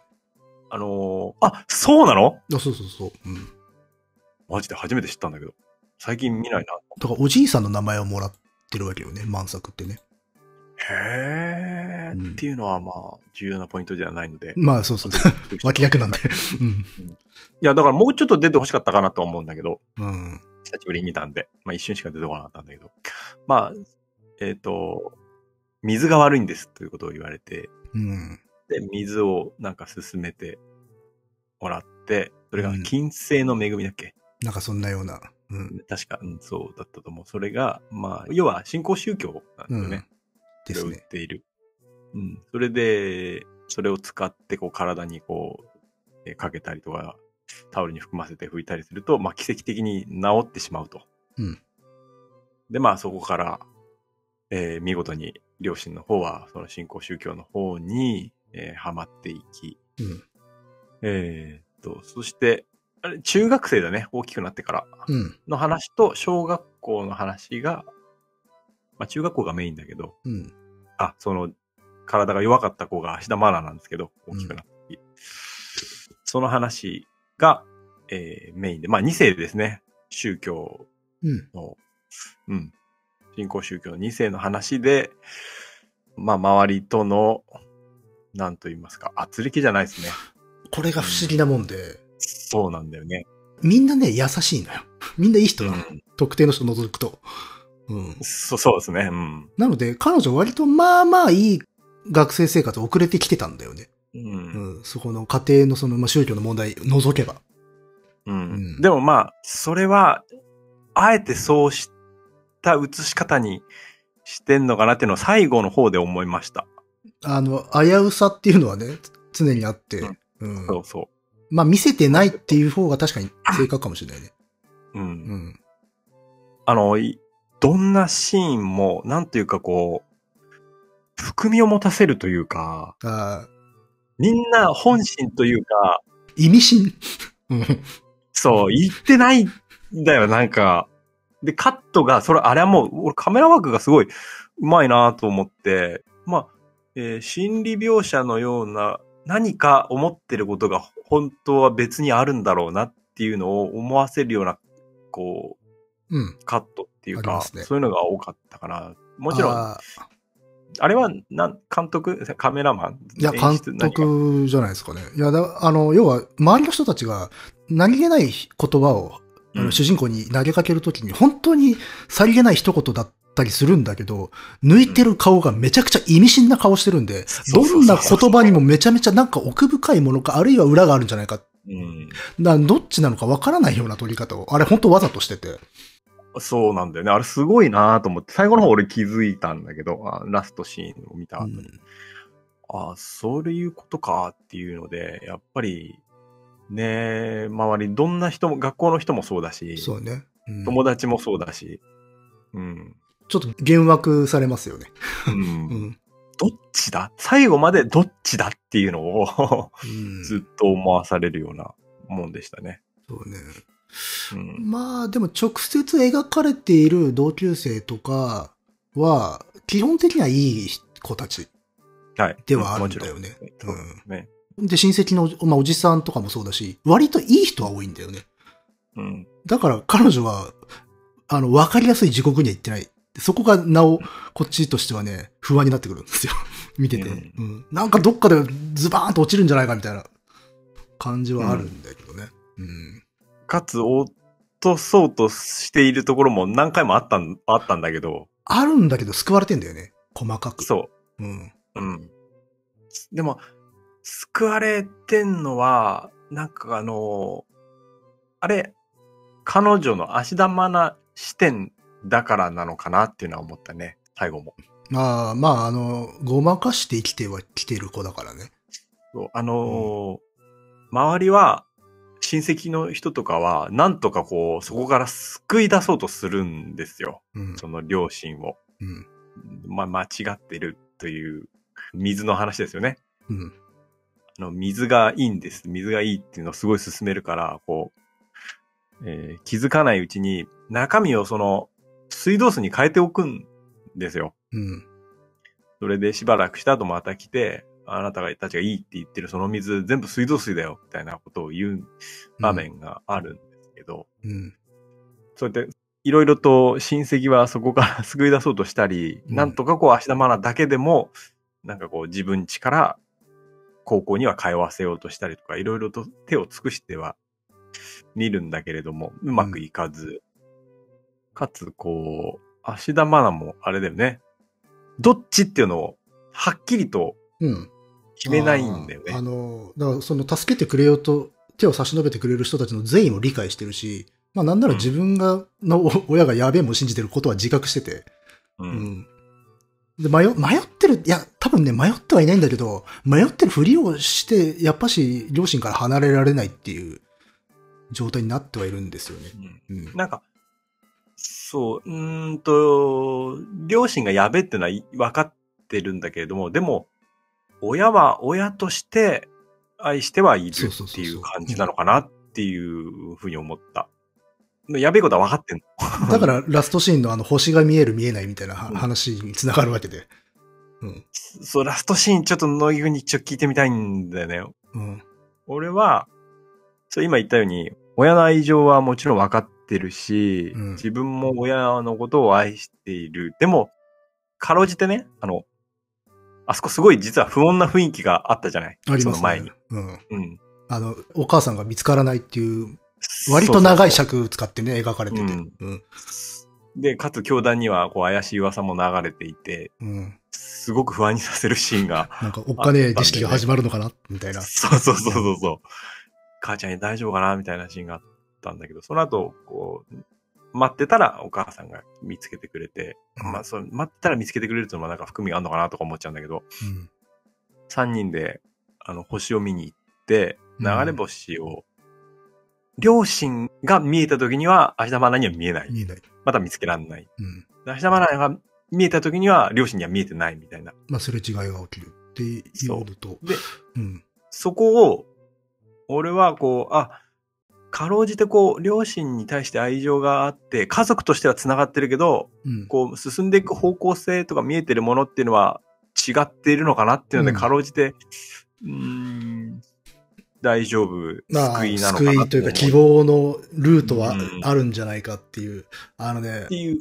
そうなの？ そう。 マジで初めて知ったんだけど。最近見ないな。 だからおじいさんの名前をもらってるわけよね、万作ってね。 へー、っていうのはまあ、重要なポイントではないので。 まあ、そう。脇役なんで。 いや、だからもうちょっと出てほしかったかなとは思うんだけど。久しぶりに見たんで。まあ一瞬しか出てこなかったんだけど。まあ、水が悪いんですということを言われて。で、水をなんか進めてもらって、それが金星の恵みだっけ？ なんかそんなような。 確か、そうだったと思う。それが、まあ、要は新興宗教なんですよね。それを売っている。それで、それを使って、こう、体にこう、かけたりとか、タオルに含ませて拭いたりすると、まあ、奇跡的に治ってしまうと。で、まあ、そこから、見事に両親の方は、その新興宗教の方に、ハマっていき、そして、中学生だね、大きくなってからの話と小学校の話が、まあ中学校がメインだけど、その体が弱かった子が芦田愛菜なんですけど、大きくなって、その話が、メインで、まあ2世ですね、宗教の、新興宗教の2世の話で、まあ周りとの、なんと言いますか、圧力じゃないですね。 これが不思議なもんで、 そうなんだよね。 みんなね、優しいのよ。みんないい人なの。特定の人除くと。 そうですね。 なので、彼女割とまあまあいい学生生活遅れてきてたんだよね。そこの家庭のその、宗教の問題除けば。 でもまあ、それは、あえてそうした映し方にしてんのかなっていうのを最後の方で思いました。 危うさっていうのはね、常にあって。 そうそう。 まあ見せてないっていう方が確かに正確かもしれないね。 どんなシーンも、なんというかこう、含みを持たせるというか、みんな本心というか、 意味深そう、言ってないんだよ、なんか。で、カットが、あれはもう、俺カメラワークがすごい上手いなと思って、まあ、心理描写のような何か思ってることが本当は別にあるんだろうなっていうのを思わせるような、こう、カットっていうか、そういうのが多かったかな。もちろん、あれは、監督カメラマンいや、監督じゃないですかね。いや、要は、周りの人たちが、何気ない言葉を、主人公に投げかけるときに、本当にさりげない一言だったりするんだけど、抜いてる顔がめちゃくちゃ意味深な顔してるんで、どんな言葉にもめちゃめちゃなんか奥深いものか、あるいは裏があるんじゃないか。どっちなのかわからないような撮り方を、あれ本当わざとしてて。 そうなんだよね。あれすごいなと思って、最後の方俺気づいたんだけど、ラストシーンを見た後に。そういうことかっていうので、やっぱり、ね、周り、どんな人も、学校の人もそうだし、 そうね。 友達もそうだし、 ちょっと幻惑されますよね。 どっちだ？最後までどっちだっていうのをずっと思わされるようなもんでしたね。 そうね。まあ、でも直接描かれている同級生とかは、基本的にはいい子たちではあるんだよね。で、親戚の、おじさんとかもそうだし、割といい人は多いんだよね。だから彼女は、わかりやすい地獄には行ってない。そこがなお、こっちとしてはね、不安になってくるんですよ。見てて、なんかどっかでズバーンと落ちるんじゃないかみたいな感じはあるんだけどね。 かつ、落とそうとしているところも何回もあったんだけど。 あるんだけど救われてんだよね。細かく。 そう。でも、救われてんのは、なんかあれ、彼女の芦田愛菜視点だからなのかなっていうのは思ったね、最後も。 ごまかして生きてはきてる子だからね。 そう周りは、親戚の人とかは、なんとかこう、そこから救い出そうとするんですよ。その両親を。間違ってるという、水の話ですよね。水がいいんです。水がいいっていうのをすごい勧めるから、こう、気づかないうちに、中身をその、水道水に変えておくんですよ。それでしばらくした後また来て、あなたたちがいいって言ってるその水全部水道水だよみたいなことを言う場面があるんですけど、そうやっていろいろと親戚はそこから救い出そうとしたり、なんとかこう芦田愛菜だけでもなんかこう自分家から高校には通わせようとしたりとかいろいろと手を尽くしては見るんだけれどもうまくいかず、かつこう芦田愛菜もあれだよね、どっちっていうのをはっきりと決めないんだよね。 だからその助けてくれようと手を差し伸べてくれる人たちの善意も理解してるし、なんなら自分の親がやべえも信じてることは自覚してて。で、迷ってる、いや、多分ね、迷ってはいないんだけど、迷ってるふりをして、やっぱし両親から離れられないっていう状態になってはいるんですよね。 なんか、そう、両親がやべえってのは分かってるんだけれども、でも、親は親として愛してはいるっていう感じなのかなっていうふうに思った。やべえことは分かってんの。 だからラストシーンの星が見える見えないみたいな話につながるわけで。 そう、ラストシーンちょっと野木君に聞いてみたいんだよね。俺は、今言ったように、親の愛情はもちろん分かってるし、自分も親のことを愛している。でも、かろうじてね、あそこすごい実は不穏な雰囲気があったじゃない。 ありますね。 その前に。 お母さんが見つからないっていう割と長い尺使ってね、描かれてて。 で、かつ教団にはこう怪しい噂も流れていて、すごく不安にさせるシーンが、 なんかおっかねえ儀式が始まるのかなみたいな。 そう。母ちゃんに大丈夫かなみたいなシーンがあったんだけど、その後、こう、待ってたらお母さんが見つけてくれて、待ってたら見つけてくれるっていうのもなんか含みがあるのかなとか思っちゃうんだけど、3人で、星を見に行って、流れ星を、両親が見えた時には、芦田愛菜には見えない。まだ見つけられない。芦田愛菜が見えた時には、両親には見えてないみたいな。 すれ違いが起きるっていうのと。 で、そこを、俺はこう、かろうじてこう、両親に対して愛情があって、家族としては繋がってるけど、こう、進んでいく方向性とか見えてるものっていうのは違っているのかなっていうので、かろうじて、大丈夫、救いなのかな。 救いというか希望のルートはあるんじゃないかっていう。 っていう。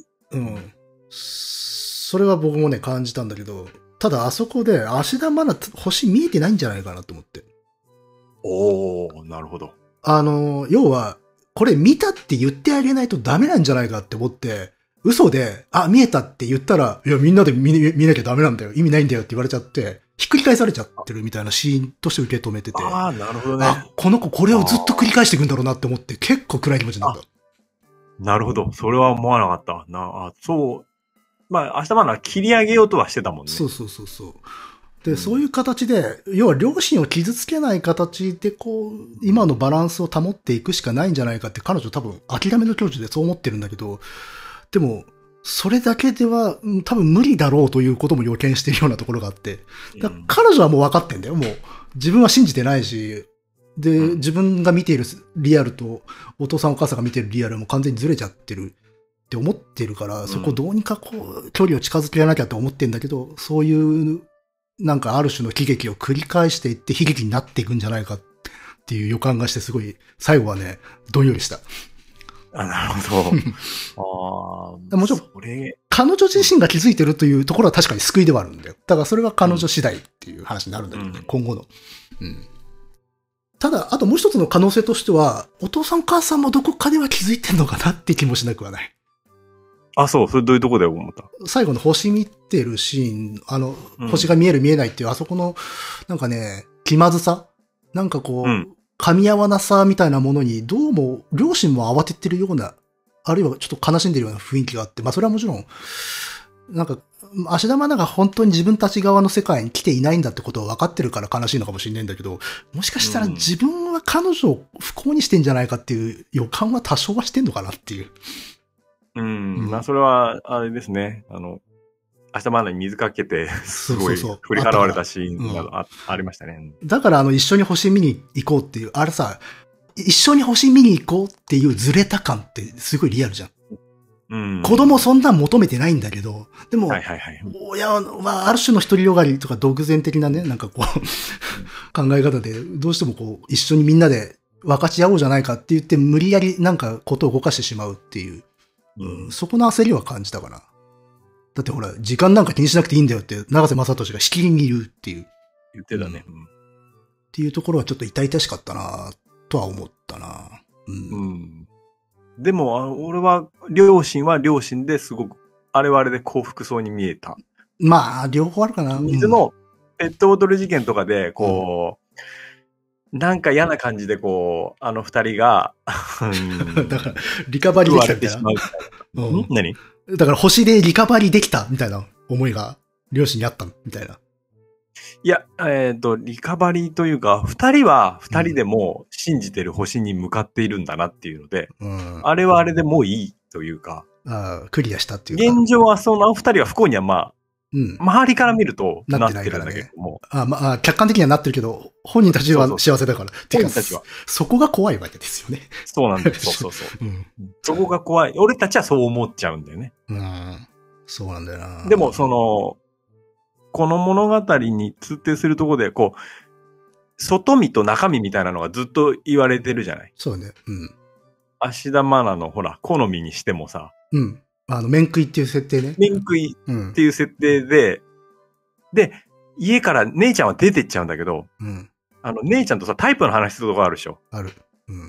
それは僕もね、感じたんだけど、ただあそこで、芦田愛菜星見えてないんじゃないかなと思って。 なるほど。 要は、これ見たって言ってあげないとダメなんじゃないかって思って、嘘で、見えたって言ったら、いや、みんなで見なきゃダメなんだよ。意味ないんだよって言われちゃって、ひっくり返されちゃってるみたいなシーンとして受け止めてて。 なるほどね。 この子これをずっと繰り返していくんだろうなって思って、結構暗い気持ちになった。 なるほど。それは思わなかったな。そう。明日は切り上げようとはしてたもんね。 そう。で、そういう形で、要は両親を傷つけない形で、こう、今のバランスを保っていくしかないんじゃないかって彼女多分諦めの境地でそう思ってるんだけど、でも、それだけでは多分無理だろうということも予見しているようなところがあって、彼女はもう分かってんだよ。もう自分は信じてないし、で、自分が見ているリアルとお父さんお母さんが見ているリアルも完全にずれちゃってるって思ってるから、そこどうにかこう、距離を近づけなきゃと思ってんだけど、そういうなんかある種の悲劇を繰り返していって悲劇になっていくんじゃないかっていう予感がしてすごい、最後はね、どんよりした。 なるほど。もちろん、彼女自身が気づいてるというところは確かに救いではあるんだよ。だからそれは彼女次第っていう話になるんだけどね、今後の。ただ、あともう一つの可能性としては、お父さんお母さんもどこかでは気づいてんのかなって気もしなくはない。 そう、それどういうとこで思った？ 最後の星見てるシーン、星が見える見えないっていう、あそこの、なんかね、気まずさなんかこう、噛み合わなさみたいなものに、どうも、両親も慌ててるような、あるいはちょっと悲しんでるような雰囲気があって、それはもちろん、なんか、芦田愛菜が本当に自分たち側の世界に来ていないんだってことを分かってるから悲しいのかもしれないんだけど、もしかしたら自分は彼女を不幸にしてんじゃないかっていう予感は多少はしてんのかなっていう。 それは、あれですね。芦田愛菜に水かけて、すごい振り払われたシーンがありましたね。 だから一緒に星見に行こうっていう、あれさ、一緒に星見に行こうっていうずれた感ってすごいリアルじゃん。子供そんなん求めてないんだけど、でも、親はある種の独りよがりとか独善的なね、なんかこう考え方で、どうしてもこう、一緒にみんなで分かち合おうじゃないかって言って、無理やりなんかことを動かしてしまうっていう、そこの焦りは感じたかな。だってほら、時間なんか気にしなくていいんだよって、長瀬正敏がしきりに言うっていう。 言ってたね。 っていうところはちょっと痛々しかったなとは思ったな。 でも、俺は、両親は両親ですごく、あれはあれで幸福そうに見えた。 両方あるかな。 水のペットボトル事件とかで、こう、なんか嫌な感じで、こう、二人が、 だから、リカバリーできたみたいな。 何？ だから星でリカバリーできたみたいな思いが両親にあったみたいな。 いや、リカバリーというか、二人は二人でも信じてる星に向かっているんだなっていうので、あれはあれでもういいというか、 クリアしたっていうか。 現状はその二人は不幸には周りから見るとなってるんだけども。 客観的にはなってるけど、本人たちは幸せだから。 本人たちは。 そこが怖いわけですよね。 そうなんだよ。そう。そこが怖い。俺たちはそう思っちゃうんだよね。 そうなんだよな。 でも、この物語に通底するところで、こう、外見と中身みたいなのがずっと言われてるじゃない。 そうね。 芦田愛菜のほら、好みにしてもさ。 面食いっていう設定ね。 面食いっていう設定で、で、家から姉ちゃんは出てっちゃうんだけど、姉ちゃんとさ、タイプの話するとこあるでしょ。 ある。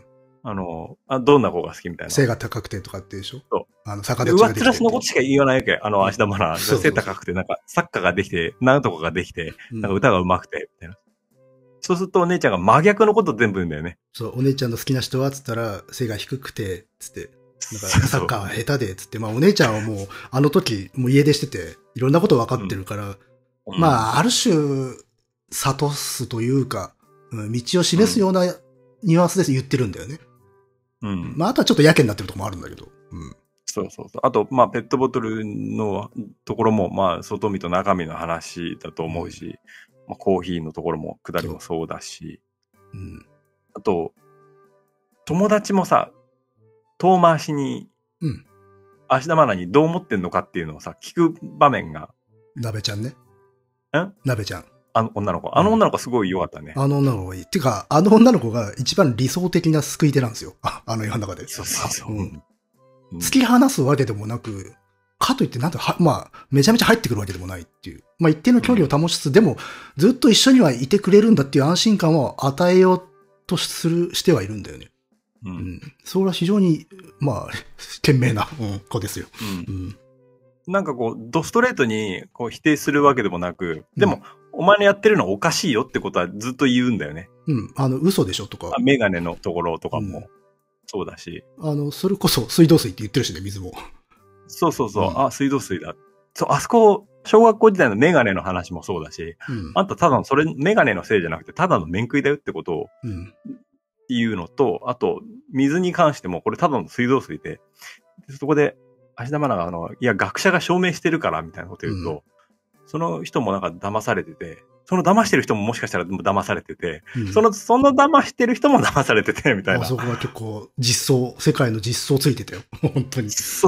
どんな子が好きみたいな。 背が高くてとかってでしょ？ そう。 逆立ちができて。 上っ面のことしか言わないわけ。芦田愛菜。背高くて、なんか、サッカーができて、なんとかができて、なんか歌が上手くて、みたいな。そうするとお姉ちゃんが真逆のこと全部言うんだよね。 そう、お姉ちゃんの好きな人はつったら、背が低くて、つって。なんか、サッカーは下手で、つって。まあ、お姉ちゃんはもう、あの時、もう家出してて、いろんなこと分かってるから、まあ、ある種、諭すというか、道を示すようなニュアンスで言ってるんだよね。まあ、あとはちょっとやけになってるところもあるんだけど。 そう。あと、まあ、ペットボトルのところも、まあ、外身と中身の話だと思うし、まあ、コーヒーのところも、下りもそうだし、あと、友達もさ、遠回しに、芦田愛菜にどう思ってんのかっていうのをさ、聞く場面が。 鍋ちゃんね。鍋ちゃん。 女の子。女の子すごい良かったね。 女の子がいい。てか、女の子が一番理想的な救い手なんですよ。映画の中で。 そう。 突き放すわけでもなく、かといってまあ、めちゃめちゃ入ってくるわけでもないっていう。まあ、一定の距離を保ちつつ、でも、ずっと一緒にはいてくれるんだっていう安心感を与えようとしてはいるんだよね。それは非常に、まあ、賢明な、子ですよ。 なんかこう、ドストレートにこう否定するわけでもなく、でも、お前のやってるのはおかしいよってことはずっと言うんだよね。 嘘でしょとか。 メガネのところとかも、そうだし。 それこそ水道水って言ってるしね、水も。 そう。水道水だ。そう、あそこ、小学校時代のメガネの話もそうだし、あんたただの、それ、メガネのせいじゃなくて、ただの面食いだよってことを、言うのと、あと、水に関しても、これただの水道水で、そこで、芦田愛菜がいや、学者が証明してるから、みたいなこと言うと、その人もなんか騙されてて、その騙してる人ももしかしたら騙されてて、その騙してる人も騙されてて、みたいな。 そこが結構世界の実装ついてたよ。本当に。 そう。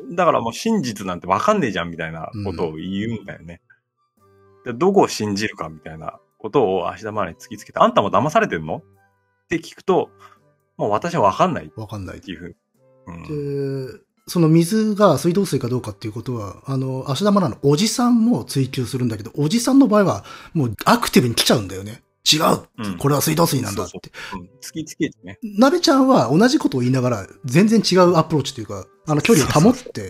だからもう真実なんてわかんねえじゃん、みたいなことを言うんだよね。どこを信じるか、みたいなことを芦田愛菜に突きつけて、あんたも騙されてんのって聞くと、もう私はわかんない。 わかんないっていうふうに。で、その水が水道水かどうかっていうことは、芦田愛菜のおじさんも追求するんだけど、おじさんの場合は、もうアクティブに来ちゃうんだよね。違う、これは水道水なんだって。 突きつけてね。 鍋ちゃんは同じことを言いながら、全然違うアプローチというか、距離を保って、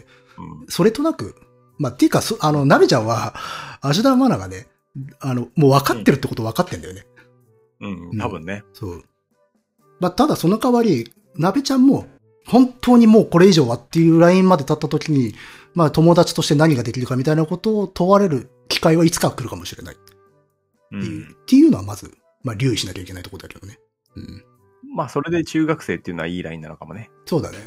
それとなく、まあ、っていうか、鍋ちゃんは、芦田愛菜がね、もう分かってるってこと分かってんだよね。 多分ね。 そう。まあ、ただその代わり、鍋ちゃんも、本当にもうこれ以上はっていうラインまで立った時に、まあ友達として何ができるかみたいなことを問われる機会はいつか来るかもしれない。っていうのはまず、まあ留意しなきゃいけないところだけどね。 まあそれで中学生っていうのはいいラインなのかもね。 そうだね。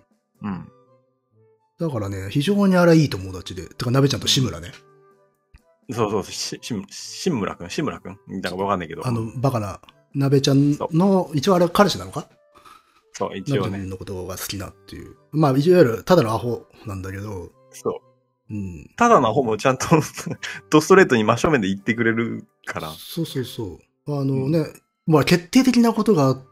だからね、非常にあれはいい友達で。てか、鍋ちゃんと志村ね。 そう。志村くんだからわかんないけど。 バカな、鍋ちゃんの、一応あれ彼氏なのか？ そう、一応ね。 のことが好きなっていう。まあ、いわゆる、ただのアホなんだけど。 そう。ただのアホもちゃんとドストレートに真正面で言ってくれるから。 そう。ね、まあ、決定的なことがあって、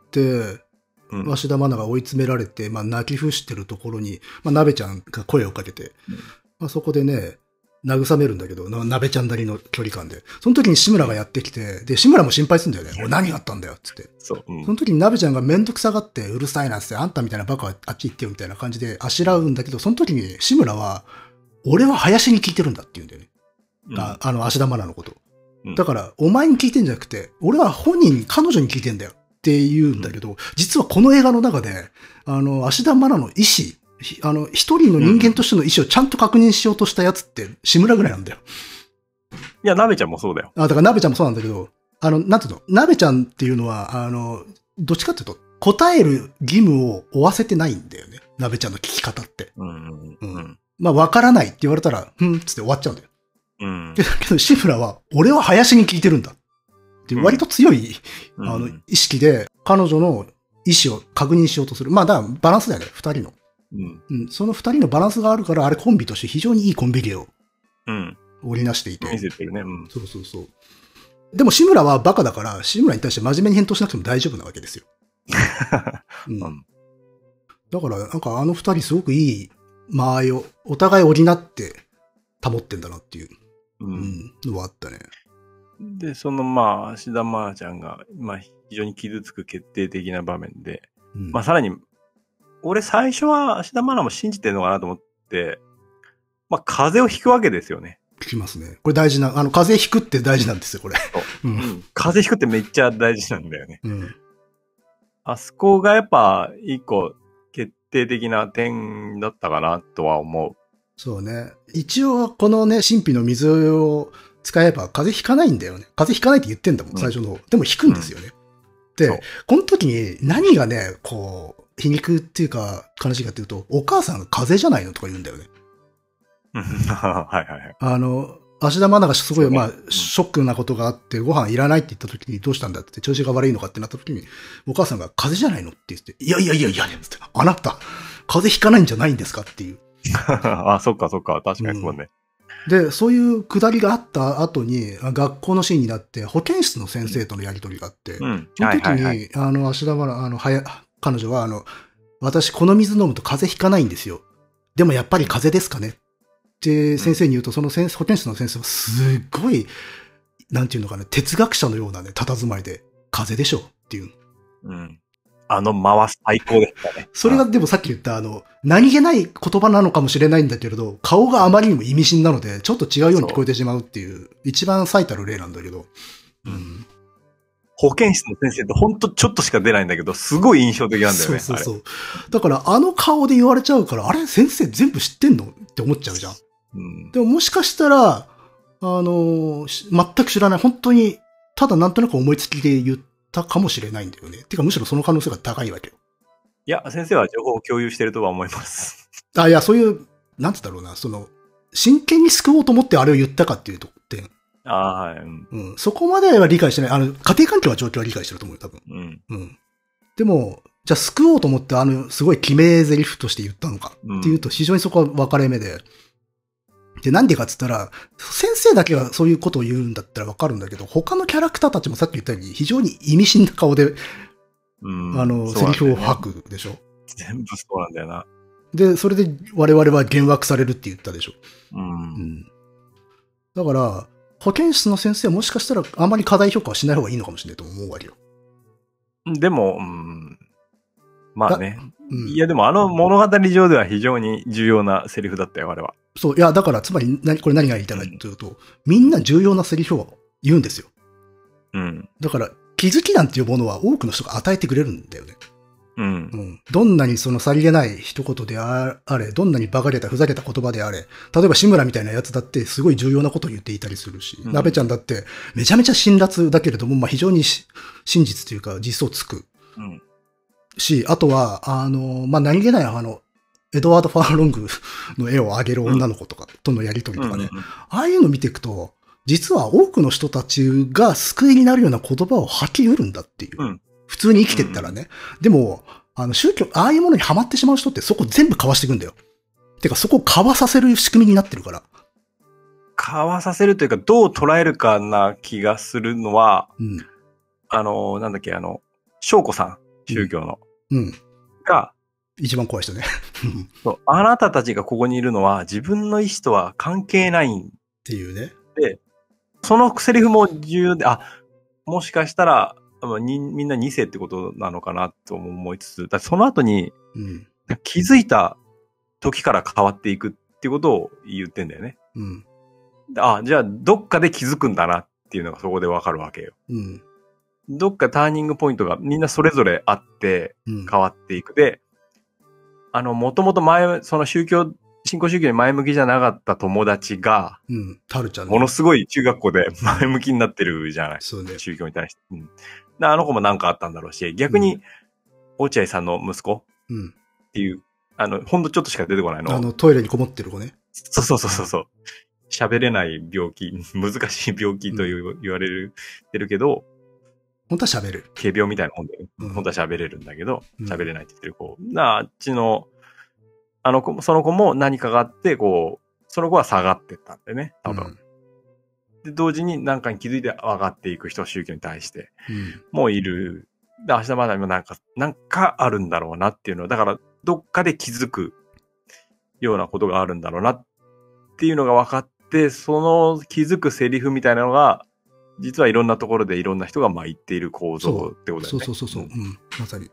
芦田愛菜が追い詰められて、まあ、泣き伏してるところに、まあ、鍋ちゃんが声をかけて、まあ、そこでね、慰めるんだけど、鍋ちゃんなりの距離感で。その時に志村がやってきて、で、志村も心配するんだよね。俺何があったんだよ、つって。 そう。 その時に鍋ちゃんがめんどくさがって、うるさいなって、あんたみたいなバカはあっち行ってよ、みたいな感じであしらうんだけど、その時に志村は、俺は林に聞いてるんだって言うんだよね。芦田愛菜のこと。だから、お前に聞いてんじゃなくて、俺は彼女に聞いてんだよって言うんだけど、実はこの映画の中で、芦田愛菜の意思、一人の人間としての意思をちゃんと確認しようとしたやつって、志村ぐらいなんだよ。 いや、鍋ちゃんもそうだよ。 だから鍋ちゃんもそうなんだけど、なんていうの、鍋ちゃんっていうのは、どっちかっていうと、答える義務を負わせてないんだよね。鍋ちゃんの聞き方って。まあ、わからないって言われたら、つって終わっちゃうんだよ。だけど、志村は、俺は林に聞いてるんだ。って割と強い、意識で、彼女の意思を確認しようとする。まあ、だからバランスだよね、二人の。その二人のバランスがあるから、あれコンビとして非常にいいコンビ芸を織りなしていて。 見せてるね。 そう。でも志村はバカだから、志村に対して真面目に返答しなくても大丈夫なわけですよ。だから、なんかあの二人すごくいい間合いをお互い補って保ってんだなっていう、のはあったね。 で、まあ、芦田愛菜ちゃんが、まあ、非常に傷つく決定的な場面で、 まあさらに、俺最初は芦田愛菜も信じてるのかなと思って、まあ風邪をひくわけですよね。 聞きますね。これ大事な、風邪ひくって大事なんですよ、これ。 風邪ひくってめっちゃ大事なんだよね。あそこがやっぱ一個決定的な点だったかなとは思う。 そうね。一応このね、神秘の水を使えば風邪ひかないんだよね。風邪ひかないって言ってんだもん、最初の方。でもひくんですよね。で、この時に何がね、こう、皮肉っていうか悲しいかっていうと、お母さんが風邪じゃないのとか言うんだよね。 はいはいはい。 芦田愛菜がすごい、まあ、ショックなことがあって、ご飯いらないって言った時にどうしたんだって、調子が悪いのかってなった時に、お母さんが風邪じゃないのって言って、いや、あなた、風邪ひかないんじゃないんですかっていう。 あ、そっか、確かにそうね。 で、そういうくだりがあった後に、学校のシーンになって、保健室の先生とのやりとりがあって、その時に、芦田愛菜、彼女は、私、この水飲むと風邪ひかないんですよ。でもやっぱり風邪ですかねって先生に言うと、その保健室の先生はすっごい、なんていうのかな、哲学者のようなね、佇まいで、風邪でしょっていう。 間最高でしたね。 それがでもさっき言った何気ない言葉なのかもしれないんだけれど、顔があまりにも意味深なので、ちょっと違うように聞こえてしまうっていう、一番最たる例なんだけど。 保健室の先生ってほんとちょっとしか出ないんだけど、すごい印象的なんだよね。 そう。だから顔で言われちゃうから、あれ先生全部知ってんのって思っちゃうじゃん。でももしかしたら、全く知らない、本当に、ただなんとなく思いつきで言ったかもしれないんだよね。てかむしろその可能性が高いわけよ。 いや、先生は情報を共有してるとは思います。 いや、そういう、なんつったろうな、真剣に救おうと思ってあれを言ったかっていう点。 はい。 そこまでは理解してない。家庭環境は状況は理解してると思うよ、多分。でも、じゃあ救おうと思ってすごい決め台詞として言ったのかっていうと、非常にそこは分かれ目で。で、なんでかっつったら、先生だけがそういうことを言うんだったら分かるんだけど、他のキャラクターたちもさっき言ったように、非常に意味深な顔で、セリフを吐くでしょ。 全部そうなんだよな。 で、それで我々は幻惑されるって言ったでしょ。だから、保健室の先生はもしかしたらあまり過大評価はしない方がいいのかもしれないと思うわけよ。でも、まあね。いやでも物語上では非常に重要なセリフだったよ、あれは。 そう、いやだからつまりこれ何が言いたいかというと、みんな重要なセリフを言うんですよ。だから気づきなんていうものは多くの人が与えてくれるんだよね。どんなにさりげない一言であれ、どんなに馬鹿げたふざけた言葉であれ、例えば志村みたいなやつだってすごい重要なことを言っていたりするし、なべちゃんだってめちゃめちゃ辛辣だけれども、非常に真実というか実相つく。し、あとは、何気ないエドワード・ファーロングの絵を上げる女の子とかとのやりとりとかね、ああいうの見ていくと、実は多くの人たちが救いになるような言葉を吐き得るんだっていう。普通に生きてったらね。でも、宗教、ああいうものにハマってしまう人ってそこ全部かわしていくんだよ。てかそこをかわさせる仕組みになってるから。 かわさせるというか、どう捉えるかな気がするのは、なんだっけ、翔子さん、宗教の。が、 一番怖い人ね。 そう。あなたたちがここにいるのは自分の意思とは関係ないっていうね。 で、そのセリフも重要で、もしかしたら、みんな2世ってことなのかなと思いつつ、その後に、気づいた時から変わっていくっていうことを言ってんだよね。じゃあどっかで気づくんだなっていうのがそこでわかるわけよ。どっかターニングポイントがみんなそれぞれあって変わっていく。で、もともとその信仰宗教に前向きじゃなかった友達が、 タルちゃん、 ものすごい中学校で前向きになってるじゃない。 そうね。 宗教に対して。あの子もなんかあったんだろうし、逆に、落合さんの息子っていう、ほんとちょっとしか出てこないの。 トイレにこもってる子ね。 そう。喋れない病気、難しい病気と言われてるけど、 本当は喋れる。 軽病みたいなもんで、本当は喋れるんだけど、喋れないって言ってる子。あっちの、その子も何かがあって、その子は下がってったんでね、多分。で、同時に何かに気づいて上がっていく人、宗教に対して、もういる。で、明日までもなんかあるんだろうなっていうの。だから、どっかで気づくようなことがあるんだろうなっていうのが分かって、その気づくセリフみたいなのが、実はいろんなところでいろんな人が言っている構造ってことだよね。 そう。まさに。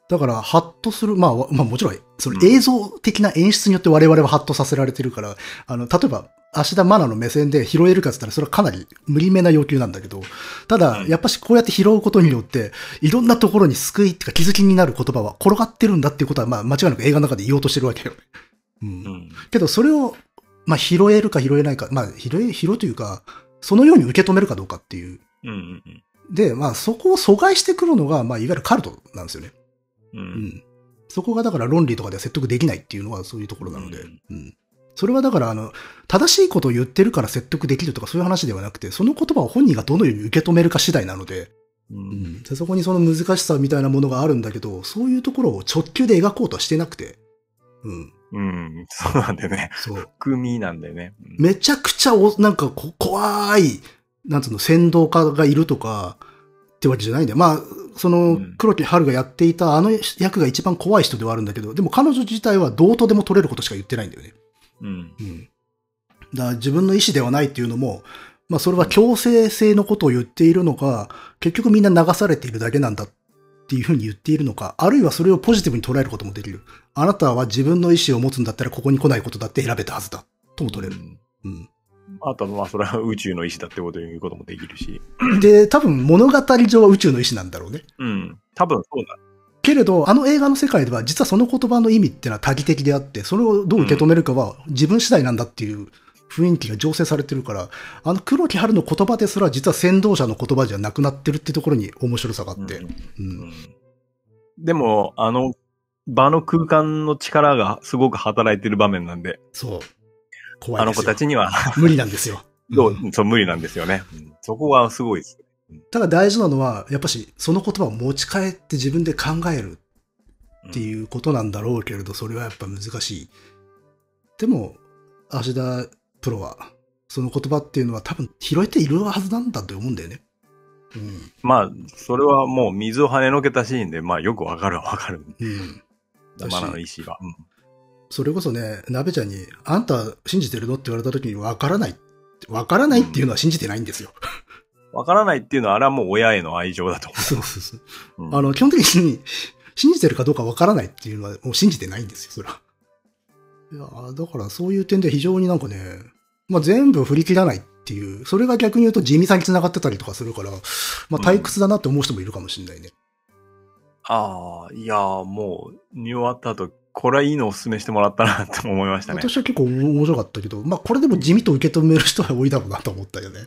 だから、ハッとする、まあもちろん、その映像的な演出によって我々はハッとさせられてるから、例えば、芦田愛菜の目線で拾えるかって言ったら、それはかなり無理めな要求なんだけど、ただ、やっぱしこうやって拾うことによって、いろんなところに救いっていうか気づきになる言葉は転がってるんだっていうことは、まあ間違いなく映画の中で言おうとしてるわけよ。けど、それを、まあ拾えるか拾えないか、まあ拾うというか、そのように受け止めるかどうかっていう。で、まあそこを阻害してくるのが、まあいわゆるカルトなんですよね。そこがだから論理とかでは説得できないっていうのはそういうところなので。それはだから正しいことを言ってるから説得できるとかそういう話ではなくて、その言葉を本人がどのように受け止めるか次第なので、でそこにその難しさみたいなものがあるんだけど、そういうところを直球で描こうとはしてなくて。 そうなんだよね。そう。含みなんだよね。 めちゃくちゃなんか怖い、なんつうの、先導家がいるとか、ってわけじゃないんだよ。まあ、その、黒木春がやっていたあの役が一番怖い人ではあるんだけど、でも彼女自体はどうとでも取れることしか言ってないんだよね。だから自分の意思ではないっていうのも、まあそれは強制性のことを言っているのか、結局みんな流されているだけなんだっていうふうに言っているのか、あるいはそれをポジティブに捉えることもできる。あなたは自分の意思を持つんだったらここに来ないことだって選べたはずだ。とも取れる。 あとはまあそれは宇宙の意志だってことを言うこともできるし。 で、多分物語上は宇宙の意志なんだろうね。 多分そうだ。 けれど、あの映画の世界では実はその言葉の意味っていうのは多義的であって、それをどう受け止めるかは自分次第なんだっていう雰囲気が醸成されてるから、あの黒木春の言葉ですら実は先導者の言葉じゃなくなってるってところに面白さがあって。 でも、場の空間の力がすごく働いてる場面なんで。 そう。 怖いですよ。あの子たちには無理なんですよ。 そう、無理なんですよね。そこはすごいです。 ただ大事なのは、やっぱし、その言葉を持ち帰って自分で考えるっていうことなんだろうけれど、それはやっぱ難しい。でも、芦田プロは、その言葉っていうのは多分拾えているはずなんだと思うんだよね。 まあ、それはもう水を跳ねのけたシーンで、まあよくわかる。マナの意思が。 それこそね、鍋ちゃんに、あんた信じてるのって言われた時にわからない。わからないっていうのは信じてないんですよ。 わからないっていうのは、あれはもう親への愛情だと思う。 そう。基本的に、信じてるかどうかわからないっていうのはもう信じてないんですよ、それは。いや、だからそういう点で非常になんかね、まあ全部振り切らないっていう、それが逆に言うと地味さに繋がってたりとかするから、まあ退屈だなって思う人もいるかもしれないね。 いやもう、見終わった後、これはいいのをお勧めしてもらったなって思いましたね。 私は結構面白かったけど、まあこれでも地味と受け止める人は多いだろうなと思ったよね。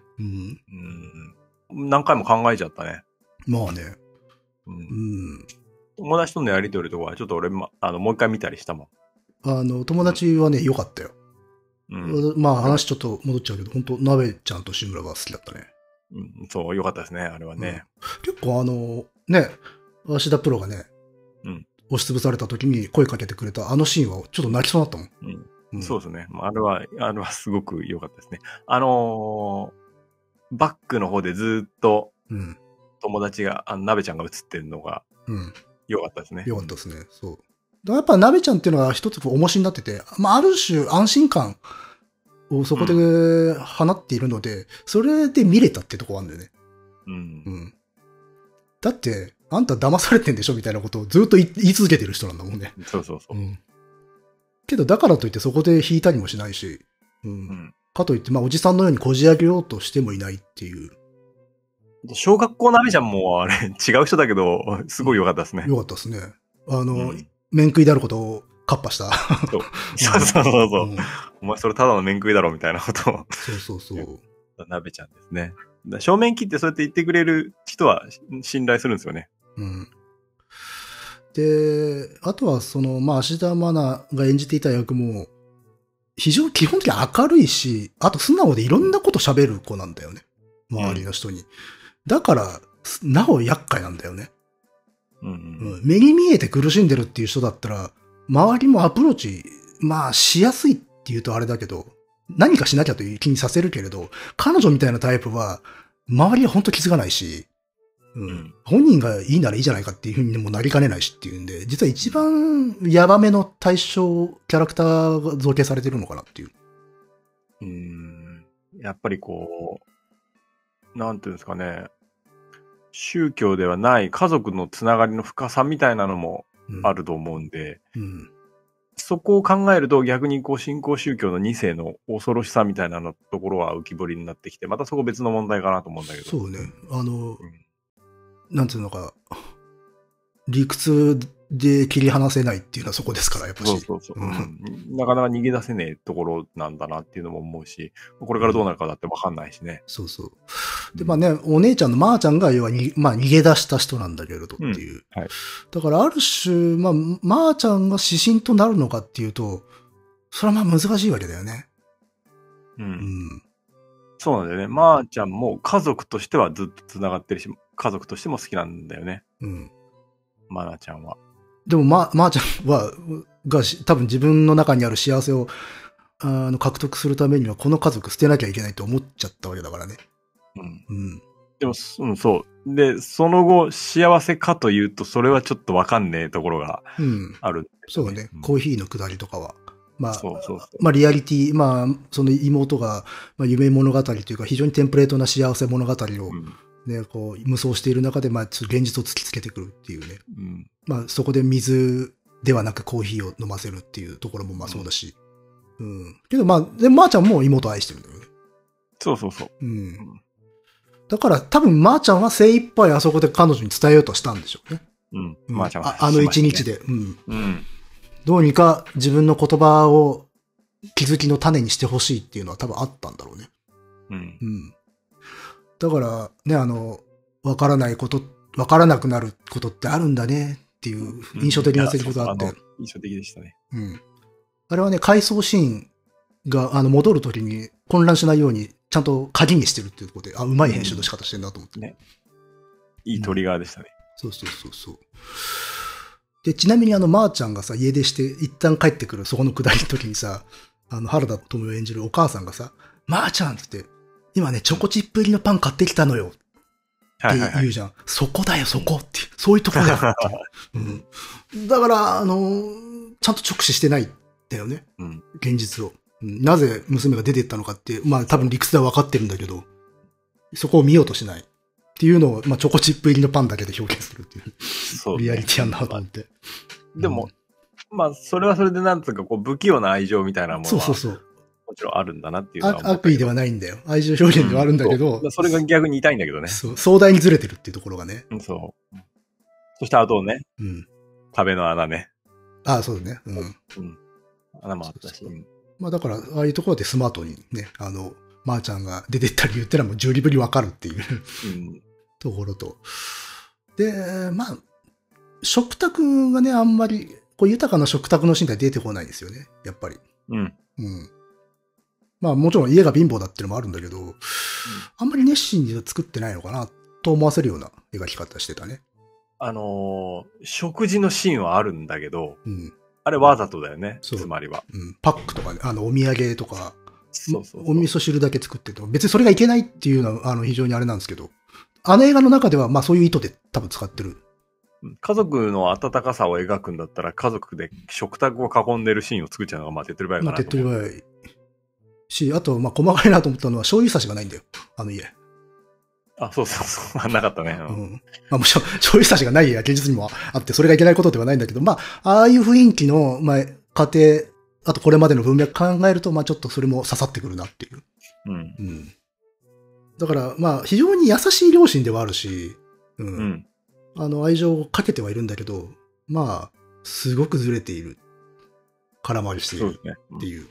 何回も考えちゃったね。 まあね。 友達とのやりとりとか、ちょっと俺、もう一回見たりしたもん。友達はね、良かったよ。まあ話ちょっと戻っちゃうけど、本当鍋ちゃんと志村は好きだったね。 そう、良かったですね、あれはね。 結構ね、芦田プロがね、押しつぶされた時に声かけてくれたあのシーンはちょっと泣きそうだったもん。 そうですね。あれはすごく良かったですね。バックの方でずっと、友達が、鍋ちゃんが映ってるのが、良かったですね。 良かったですね。そう。やっぱ鍋ちゃんっていうのは一つ重しになってて、まあ、ある種安心感をそこで放っているので、それで見れたってとこあるんだよね。だって、あんた騙されてんでしょみたいなことをずっと言い続けてる人なんだもんね。 そう。 けど、だからといってそこで引いたりもしないし、かといって、まあ、おじさんのようにこじ開けようとしてもいないっていう。 小学校鍋ちゃんもあれ、違う人だけど、すごい良かったですね。 良かったですね。面食いであることをカッパした。 そう。お前それただの面食いだろみたいなことを。 そう。 鍋ちゃんですね。正面切ってそうやって言ってくれる人は信頼するんですよね。 で、あとはまあ、芦田愛菜が演じていた役も、基本的に明るいし、あと素直でいろんなこと喋る子なんだよね。周りの人に。だから、なお厄介なんだよね。目に見えて苦しんでるっていう人だったら、周りもアプローチ、まあ、しやすいって言うとあれだけど、何かしなきゃという気にさせるけれど、彼女みたいなタイプは、周りは本当気づかないし、本人がいいならいいじゃないかっていう風にもなりかねないしっていうんで、実は一番ヤバめの対象キャラクターが造形されてるのかなっていう。 やっぱりこう、なんていうんですかね。 宗教ではない家族のつながりの深さみたいなのもあると思うんで、そこを考えると逆にこう新興宗教の2世の恐ろしさみたいなのところは浮き彫りになってきて、またそこ別の問題かなと思うんだけど。 そうね。なんていうのか、理屈で切り離せないっていうのはそこですから、やっぱし。 そう。なかなか逃げ出せねえところなんだなっていうのも思うし、これからどうなるかだってわかんないしね。 そう。で、まあね、お姉ちゃんのまーちゃんが要はまあ逃げ出した人なんだけれどっていう。 はい。 だからある種、まーちゃんが指針となるのかっていうと、それはまあ難しいわけだよね。 そうなんだよね。まーちゃんも家族としてはずっと繋がってるし、家族としても好きなんだよね。まなちゃんは。 でもまーちゃんは、多分自分の中にある幸せを、獲得するためにはこの家族捨てなきゃいけないと思っちゃったわけだからね。 でも、そう。で、その後、幸せかというと、それはちょっとわかんねえところがある、 そうね。コーヒーのくだりとかは。まあ、 そう。 まあ、リアリティ、まあ、その妹が、まあ、夢物語というか、非常にテンプレートな幸せ物語を、ね、こう、無双している中で、まあ、現実を突きつけてくるっていうね。まあ、そこで水ではなくコーヒーを飲ませるっていうところもまあそうだし。けどまあ、で、まーちゃんも妹を愛してるんだよね。 そう。 だから多分まーちゃんは精一杯あそこで彼女に伝えようとしたんでしょうね。 まーちゃんは。 あの一日で。どうにか自分の言葉を気づきの種にしてほしいっていうのは多分あったんだろうね。だからね、わからなくなることってあるんだねっていう印象的なセリフがあって。 印象的でしたね。 あれはね、回想シーンが、戻るときに混乱しないように、ちゃんと鍵にしてるっていうところで、うまい編集の仕方してるなと思って。 ね。いいトリガーでしたね。 そう。で、ちなみにまーちゃんがさ、家出して一旦帰ってくる、そこの下りの時にさ、原田知世演じるお母さんがさ、まーちゃんって言って、今ね、チョコチップ入りのパン買ってきたのよ。って言うじゃん。そこだよ、そこって。そういうところだよって。だから、ちゃんと直視してないんだよね。現実を。なぜ娘が出ていったのかって、まあ多分理屈では分かってるんだけど、そこを見ようとしない。っていうのを、まあチョコチップ入りのパンだけで表現するっていう。そう、リアリティやんなと思って。 でも、まあそれはそれでなんつうか、こう不器用な愛情みたいなものは。 そう。 もちろんあるんだなっていうのは。 悪意ではないんだよ。愛情表現ではあるんだけど。 それが逆に痛いんだけどね。 そう。壮大にずれてるっていうところがね。 そう。そしてあとね。壁の穴ね。 そうだね。 穴もあったし。 まあだから、ああいうところでスマートにね、まーちゃんが出てった理由ってのはもう十里ぶりわかるっていうところと。で、まあ、食卓がね、あんまり、こう豊かな食卓のシーンが出てこないですよね、やっぱり。まあもちろん家が貧乏だっていうのもあるんだけど、あんまり熱心に作ってないのかなと思わせるような描き方してたね。 食事のシーンはあるんだけど、あれわざとだよね、つまりは。 パックとかね、お土産とか、お味噌汁だけ作ってて、別にそれがいけないっていうのは、非常にあれなんですけど、あの映画の中では、まあそういう意図で多分使ってる。 家族の温かさを描くんだったら、家族で食卓を囲んでるシーンを作っちゃうのが、まあ手っ取り早いかなと。 手っ取り早い。し、あと、まあ細かいなと思ったのは、醤油差しがないんだよ、あの家。 そう。なかったね。 まあもちろん、醤油差しがない現実にもあって、それがいけないことではないんだけど、まあ、ああいう雰囲気の、まあ、家庭、あとこれまでの文脈考えると、まあちょっとそれも刺さってくるなっていう。だから、まあ、非常に優しい両親ではあるし、愛情をかけてはいるんだけど、まあ、すごくずれている。空回りしているっていう。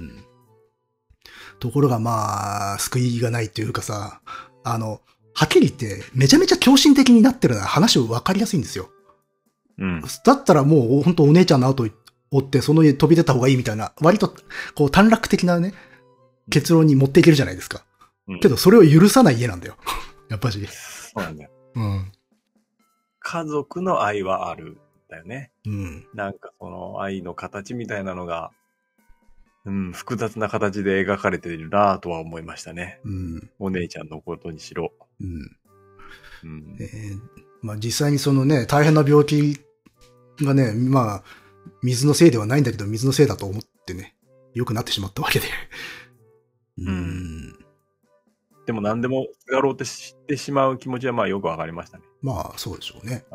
ところがまあ、救いがないというかさ、はっきり言って、めちゃめちゃ狂信的になってるのは話を分かりやすいんですよ。だったらもう本当お姉ちゃんの後を追ってその家飛び出た方がいいみたいな、割とこう短絡的なね、結論に持っていけるじゃないですか。けどそれを許さない家なんだよ。やっぱし。 そうなんだよ。家族の愛はあるんだよね。なんかその愛の形みたいなのが、複雑な形で描かれているなぁとは思いましたね。お姉ちゃんのことにしろ。 まあ実際にそのね、大変な病気がね、まあ、水のせいではないんだけど、水のせいだと思ってね、良くなってしまったわけで。 でも何でもすがろうとしてしまう気持ちはまあよくわかりましたね。 まあ、そうでしょうね。 うん。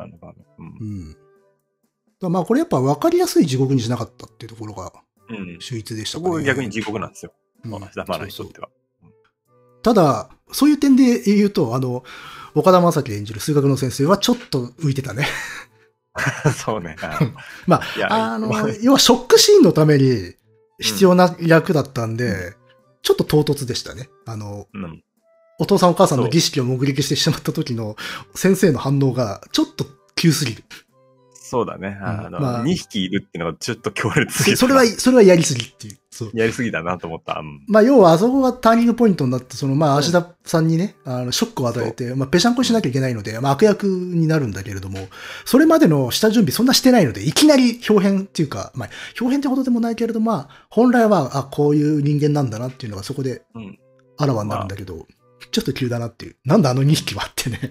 まあ、これやっぱ分かりやすい地獄にしなかったっていうところが、秀逸でしたね。そこが逆に地獄なんですよ。芦田愛菜にとっては。 ただ、そういう点で言うと、岡田将生演じる数学の先生はちょっと浮いてたね。 そうね。 まあ、要はショックシーンのために必要な役だったんで、ちょっと唐突でしたね。お父さんお母さんの儀式を目撃してしまった時の先生の反応がちょっと急すぎる。 そうだね。2匹いるっていうのがちょっと強烈すぎる。 それはやりすぎっていう。そうやりすぎだなと思った。 まあ、要はあそこがターニングポイントになって、芦田さんにね、ショックを与えて、ぺしゃんこしなきゃいけないので、悪役になるんだけれども、それまでの下準備そんなしてないので、いきなり表変っていうか、表変ってことでもないけれど、本来は、こういう人間なんだなっていうのがそこで、あらわになるんだけど、ちょっと急だなっていう。なんだ2匹はってね。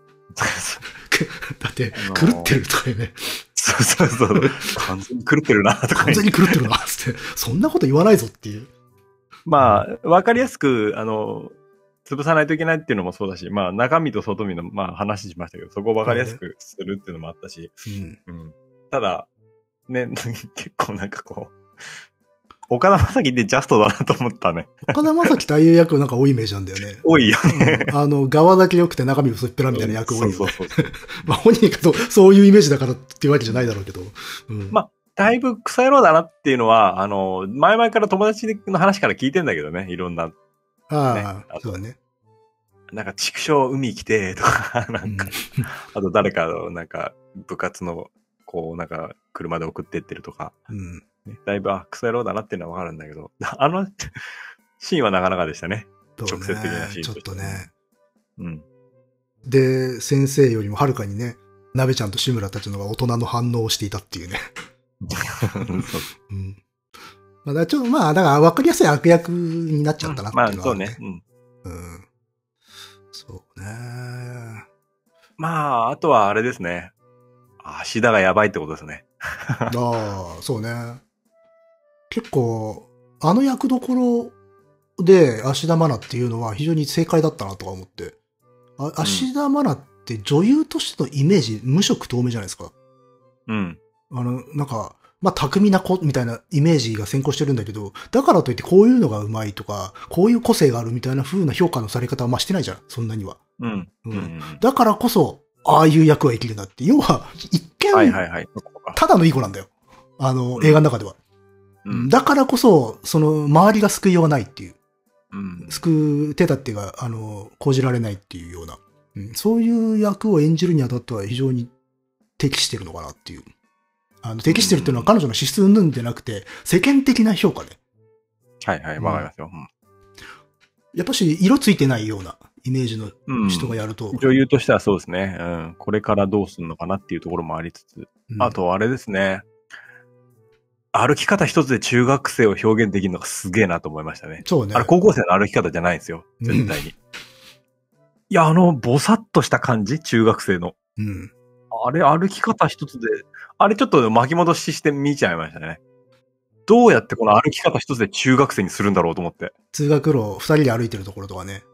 だって、狂ってるとかね。 そう。完全に狂ってるな、とか。 完全に狂ってるな、つって。そんなこと言わないぞっていう。 まあ、わかりやすく、潰さないといけないっていうのもそうだし、まあ、中身と外身の、話しましたけど、そこをわかりやすくするっていうのもあったし。ただ、ね、結構なんかこう、岡田将生ってジャストだなと思ったね。 岡田将生ってああいう役なんか多いイメージなんだよね。 多いよね。 側だけ良くて中身薄っぺらみたいな役多いよね。そう。本人がそういうイメージだからっていうわけじゃないだろうけど。 だいぶ草野郎だなっていうのは、前々から友達の話から聞いてんだけどね、いろんな。 そうだね。 なんか、畜生海来て、とか、なんか、あと誰かの、なんか、部活の、こう、なんか、車で送ってってるとか。だいぶ、クソ野郎だなっていうのはわかるんだけど、シーンはなかなかでしたね。直接的なシーン。 ちょっとね。で、先生よりもはるかにね、鍋ちゃんと志村たちのが大人の反応をしていたっていうね。だから分かりやすい悪役になっちゃったなっていうのは、 そうね。 そうね。 あとはあれですね。芦田がやばいってことですね。 そうね。結構、役どころで芦田愛菜っていうのは非常に正解だったなとか思って。芦田愛菜って女優としてのイメージ無色透明じゃないですか。なんか、巧みな子みたいなイメージが先行してるんだけど、だからといってこういうのがうまいとか、こういう個性があるみたいな風な評価のされ方はしてないじゃん、そんなには。だからこそ、ああいう役は生きるなって。要は、一見、ただのいい子なんだよ。映画の中では。だからこそ、周りが救いようがないっていう。救う手立てが、講じられないっていうような。そういう役を演じるにあたっては非常に適してるのかなっていう。適してるっていうのは彼女の資質云々でなくて、世間的な評価で。 わかりますよ。 やっぱし、色ついてないようなイメージの人がやると。 女優としてはそうですね。これからどうするのかなっていうところもありつつ。あと、あれですね。歩き方一つで中学生を表現できるのがすげえなと思いましたね。 そうね。 高校生の歩き方じゃないんですよ。絶対に。いや、ぼさっとした感じ中学生の。あれ、歩き方一つで、あれちょっと巻き戻しして見ちゃいましたね。どうやってこの歩き方一つで中学生にするんだろうと思って。 通学路二人で歩いてるところとかね。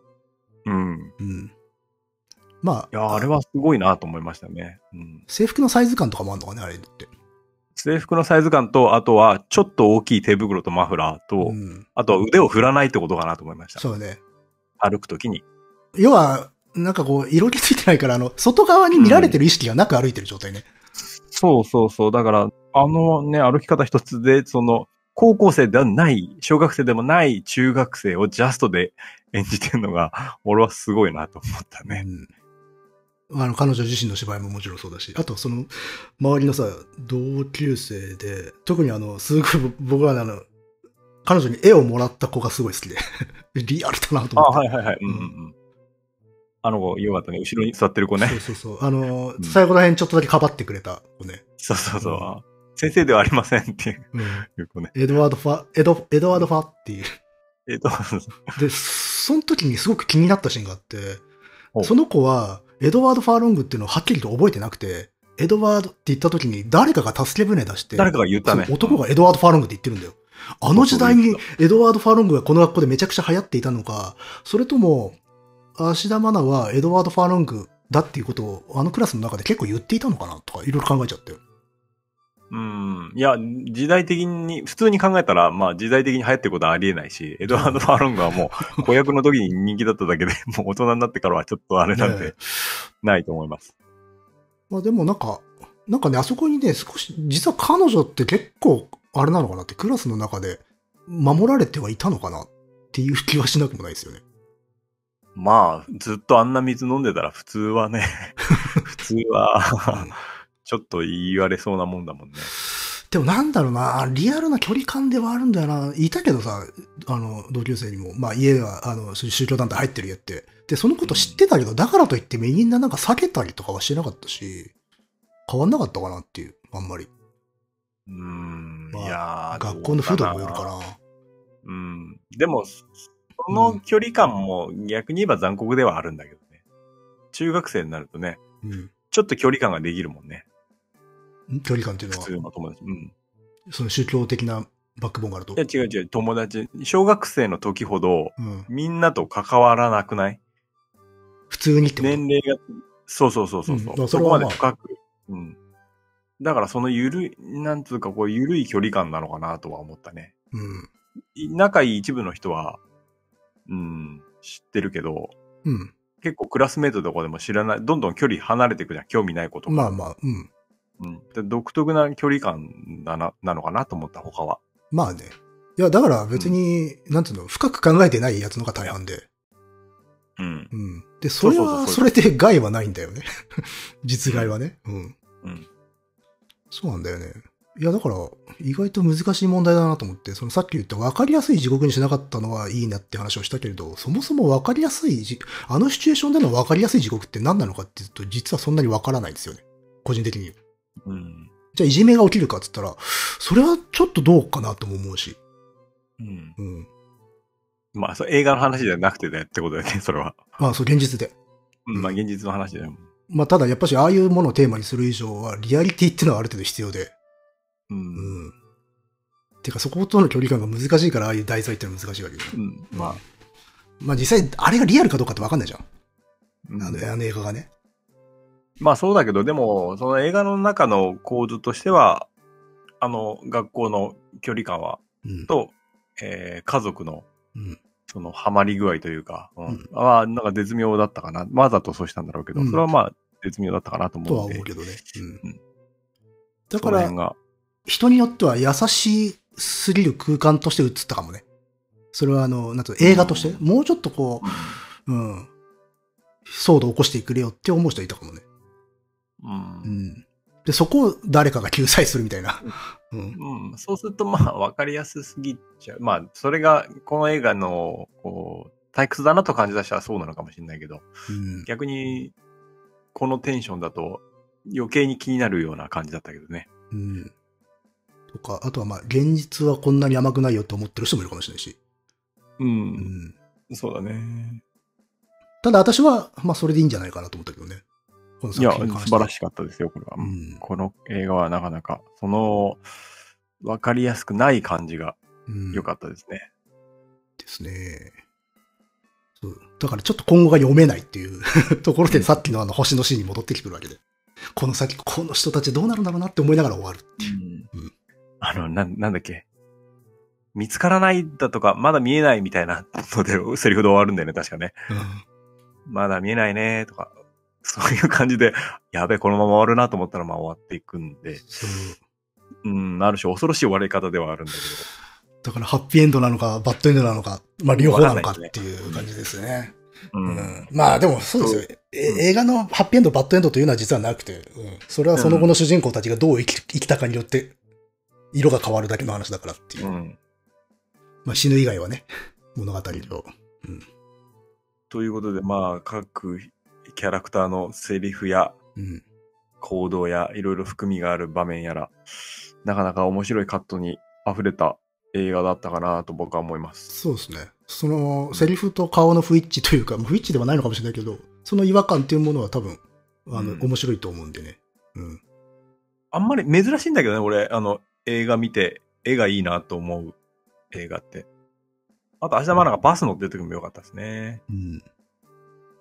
いや、あれはすごいなと思いましたね。 制服のサイズ感とかもあるのかね、あれって。 制服のサイズ感と、あとは、ちょっと大きい手袋とマフラーと、あとは腕を振らないってことかなと思いました。 そうね。 歩くときに。 要は、なんかこう、色気ついてないから、外側に見られてる意識がなく歩いてる状態ね。 そう。だから、歩き方一つで、高校生ではない、小学生でもない中学生をジャストで演じてるのが、俺はすごいなと思ったね。 彼女自身の芝居ももちろんそうだし、あと周りのさ、同級生で、特にすごい僕は彼女に絵をもらった子がすごい好きで、リアルだなと思って。 よかったね。後ろに座ってる子ね。 そう。最後ら辺ちょっとだけかばってくれた子ね。 そう。先生ではありませんっていう子ね。 エドワード・ファっていう。で、その時にすごく気になったシーンがあって、その子は、エドワード・ファーロングっていうのをはっきりと覚えてなくて、エドワードって言った時に誰かが助け舟出して、 誰かが言ったね。 男がエドワード・ファーロングって言ってるんだよ。あの時代にエドワード・ファーロングがこの学校でめちゃくちゃ流行っていたのか、それとも、 芦田愛菜はエドワード・ファーロングだっていうことを、あのクラスの中で結構言っていたのかなとか、いろいろ考えちゃったよ。 いや、時代的に、普通に考えたら、まあ時代的に流行ってることはありえないし、エドワード・ファーロングはもう子役の時に人気だっただけで、もう大人になってからはちょっとあれなんで、ないと思います。 まあでもなんかね、あそこにね、少し、実は彼女って結構、あれなのかなって、クラスの中で守られてはいたのかなっていう気はしなくもないですよね。 まあ、ずっとあんな水飲んでたら普通はね、普通は、ちょっと言われそうなもんだもんね。 でもなんだろうな、リアルな距離感ではあるんだよな。いたけどさ、同級生にも、まあ家は、宗教団体入ってる家って。で、そのこと知ってたけど、だからといってみんななんか避けたりとかはしてなかったし、変わんなかったかなっていう、あんまり。 まあ、いや学校の風土にもよるかな。 でも、その距離感も逆に言えば残酷ではあるんだけどね。中学生になるとね、ちょっと距離感ができるもんね。 距離感っていうのは普通の友達。 その宗教的なバックボーンがあると。 いや違う、友達。小学生の時ほど、みんなと関わらなくない？ 普通にってこと？ 年齢が、そう。そこまで深く。だからそのなんつうかこう緩い距離感なのかなとは思ったね。仲いい一部の人は、知ってるけど、結構クラスメートとかでも知らない、どんどん距離離れていくじゃん、興味ないことが。 まあ、 独特な距離感なのかなと思った、他は。 まあね。いや、だから別に、なんていうの、深く考えてないやつのが大半で。で、それは、それで害はないんだよね。実害はね。そうなんだよね。いや、だから、意外と難しい問題だなと思って、そのさっき言った分かりやすい地獄にしなかったのはいいなって話をしたけれど、そもそも分かりやすいあのシチュエーションでの分かりやすい地獄って何なのかって言うと、実はそんなに分からないんですよね。個人的に。じゃあ、いじめが起きるかって言ったら、それはちょっとどうかなとも思うし。 まあ、映画の話じゃなくてねってことだよね、それは。 まあ、そう、現実で。 まあ、現実の話だよ。 まあ、ただ、やっぱし、ああいうものをテーマにする以上は、リアリティっていうのはある程度必要で。てか、そことの距離感が難しいから、ああいう題材ってのは難しいわけです。まあ、実際、あれがリアルかどうかって分かんないじゃん。あの映画がね。 まあ、そうだけど、でも、その映画の中の構図としては、学校の距離感は、と、家族の、その、ハマり具合というか、なんか絶妙だったかな。わざとそうしたんだろうけど、それはまあ、絶妙だったかなと思うんで。 とは思うけどね。だから、人によっては優しすぎる空間として映ったかもね。それはなんと映画として、もうちょっとこう、騒動を起こしてくれよって思う人いたかもね。で、そこを誰かが救済するみたいな。 そうすると、まあ、わかりやすすぎちゃう。まあ、それが、この映画の、こう、退屈だなと感じ出したらそうなのかもしれないけど、逆に、このテンションだと、余計に気になるような感じだったけどね。 とか、あとはまあ、現実はこんなに甘くないよって思ってる人もいるかもしれないし。 そうだね。 ただ私は、まあ、それでいいんじゃないかなと思ったけどね。 いや、素晴らしかったですよ、これは。この映画はなかなか、その、わかりやすくない感じが良かったですね。 ですね。そう。だからちょっと今後が読めないっていうところで、さっきの星のシーンに戻ってきてるわけで。この先、この人たちどうなるんだろうなって思いながら終わるっていう。 なんだっけ。見つからないだとか、まだ見えないみたいなので、セリフで終わるんだよね、確かね。まだ見えないねとか、そういう感じで、やべえ、このまま終わるなと思ったら、まあ終わっていくんで。ある種恐ろしい終わり方ではあるんだけど。だから、ハッピーエンドなのか、バッドエンドなのか、まあ両方なのかっていう感じですね。まあでもそうですよ。映画のハッピーエンド、バッドエンドというのは実はなくて、それはその後の主人公たちがどう生きたかによって、色が変わるだけの話だからっていう。まあ死ぬ以外はね、物語を。 ということで、まあ各キャラクターのセリフや、行動やいろいろ含みがある場面やら、なかなか面白いカットに溢れた映画だったかなと僕は思います。 そうですね。そのセリフと顔の不一致というか、不一致ではないのかもしれないけど、その違和感っていうものは多分、面白いと思うんでね。 あんまり珍しいんだけどね、俺、映画見て、絵がいいなと思う映画って。あと、芦田愛菜がバス乗ってる時も良かったですね。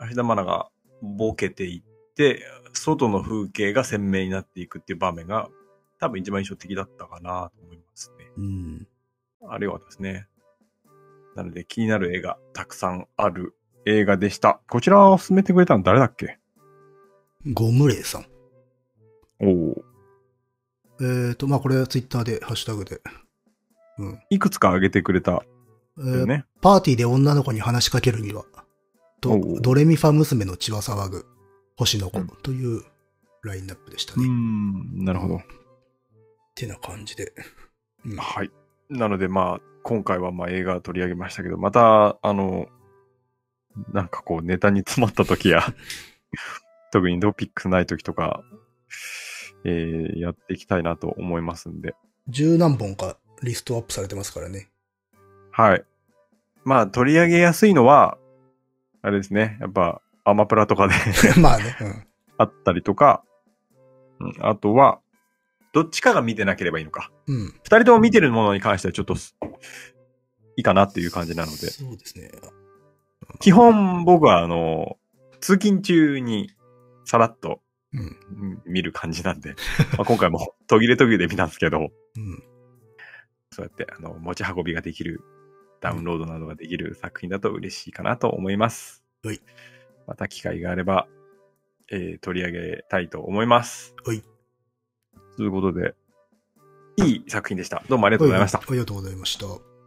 芦田愛菜がボケていって、外の風景が鮮明になっていくっていう場面が多分一番印象的だったかなと思いますね。 うん。 あれはですね。なので気になる絵がたくさんある映画でした。こちらを進めてくれたの誰だっけ？ ゴムレイさん。 おお。 まあこれはツイッターで、ハッシュタグで。 うん。いくつか上げてくれた。ね。 パーティーで女の子に話しかけるには、ドレミファ娘の血は騒ぐ、星の子というラインナップでしたね。 なるほど。 ってな感じで。 うん、はい。なのでまあ、今回はまあ映画取り上げましたけど、また、なんかこうネタに詰まった時や、特にトピックスない時とか、やっていきたいなと思いますんで。 10何本かリストアップされてますからね。 はい。まあ、取り上げやすいのは、あれですね。やっぱ、アマプラとかでまあね、うん。 あったりとか、うん、あとは、どっちかが見てなければいいのか。 うん。 二人とも見てるものに関してはちょっと、いいかなっていう感じなので。 そうですね。 基本、僕は、通勤中に、さらっと、見る感じなんで。まあ今回も途切れ途切れで見たんですけど、うん、そうやって、持ち運びができる、ダウンロードなどができる作品だと嬉しいかなと思います。 はい。 また機会があれば、取り上げたいと思います。 はい。 ということで、いい作品でした。どうもありがとうございました。 ありがとうございました。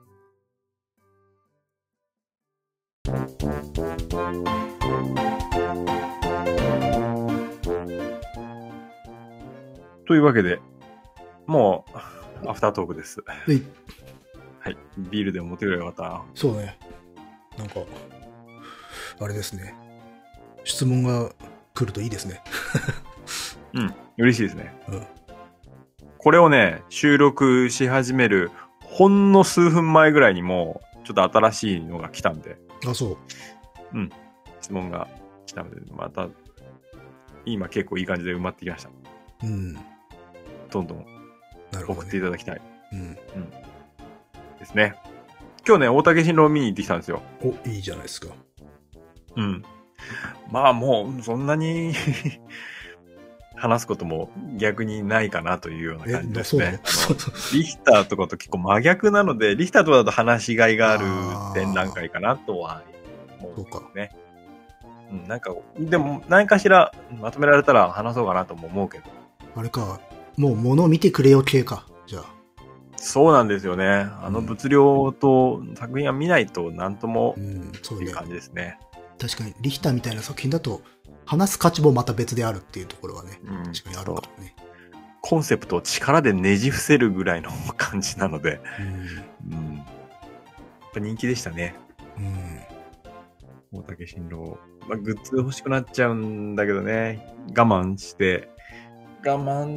というわけで、もう、アフタートークです。 はい。 はい。ビールでも持ってくればよかったな。 そうね。なんか、あれですね。質問が来るといいですね。 うん。嬉しいですね。 うん。 これをね、収録し始める、ほんの数分前ぐらいにも、ちょっと新しいのが来たんで。 あ、そう。 うん。質問が来たので、また、今結構いい感じで埋まってきました。 うん。 どんどん送っていただきたい。 うん。うん。 ですね。今日ね、大竹新郎見に行ってきたんですよ。 お、いいじゃないですか。 うん。まあもう、そんなに話すことも逆にないかなというような感じですね。リヒターとかと結構真逆なので、リヒターとかだと話しがいがある展覧会かなとは思うんですね。うん、なんか、でも何かしらまとめられたら話そうかなとも思うけど。 あれか、もう物を見てくれよ系か、じゃあ。 そうなんですよね。物量と作品は見ないと何ともっていう感じですね。 確かに、リヒターみたいな作品だと、話す価値もまた別であるっていうところはね、確かにあるからね。 コンセプトを力でねじ伏せるぐらいの感じなので、やっぱ人気でしたね。大竹新郎。まあ、グッズ欲しくなっちゃうんだけどね、我慢して、こ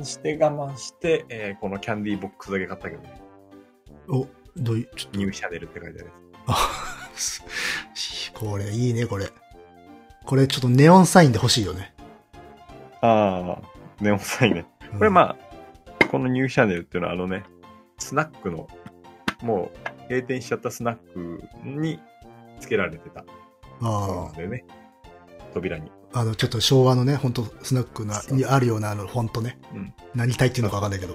のキャンディーボックスだけ買ったけどね。 お、どういう、ちょっと。 ニューシャネルって書いてある。 これいいね、これ。これちょっとネオンサインで欲しいよね。 ああ、ネオンサインね。これまあ、このニューシャネルっていうのはスナックの、もう閉店しちゃったスナックに付けられてた。 ああ。 だよね。扉に。 ちょっと昭和のね、ほんとスナックにあるようなフォントね。何体っていうのかわかんないけど。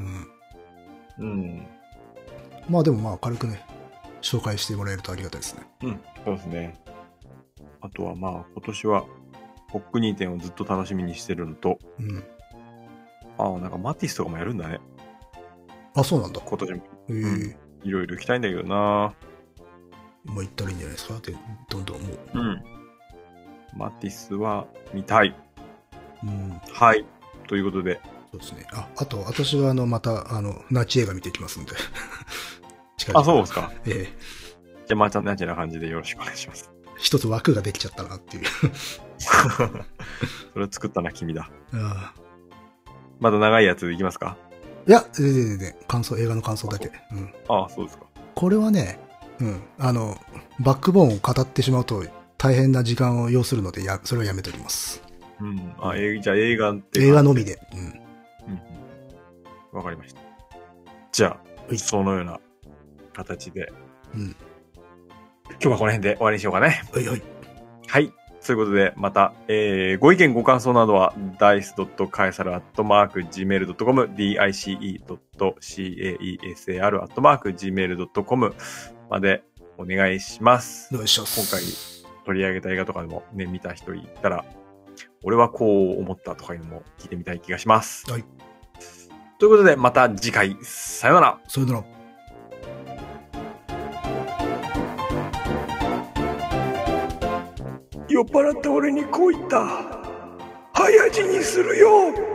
まあでもまあ軽くね、紹介してもらえるとありがたいですね。 そうですね。あとはまあ今年はポップ2点をずっと楽しみにしてるのと、なんかマティスとかもやるんだね。 あ、そうなんだ。 今年も。いろいろ行きたいんだけどな。 まあ行ったらいいんじゃないですかって、どんどんもう。 マティスは見たい。はい。ということで。 そうですね。あと、私はまた、ナチ映画見ていきますんで。 そうですか。 ええ。 じゃあ、またナチな感じでよろしくお願いします。 一つ枠ができちゃったなっていう。 それを作ったのは君だ。まだ長いやついきますか？ いや、全然、映画の感想だけ。 そうですか。 これはね、バックボーンを語ってしまうと大変な時間を要するので、それはやめておきます。 じゃあ映画って映画のみで。 わかりました。じゃあ、そのような形で。今日はこの辺で終わりにしようかね。 はいはい。 はい。そということで、また、ご意見ご感想などは、dice.caesar@gmail.com、dice.caesar@gmail.com までお願いします。 お願いします。 今回取り上げた映画とかでもね、見た人いたら、俺はこう思ったとかいうのも聞いてみたい気がします。 はい。 ということで、また次回、さよなら。 さよなら。 酔っ払った俺にこう言った。早死にするよ。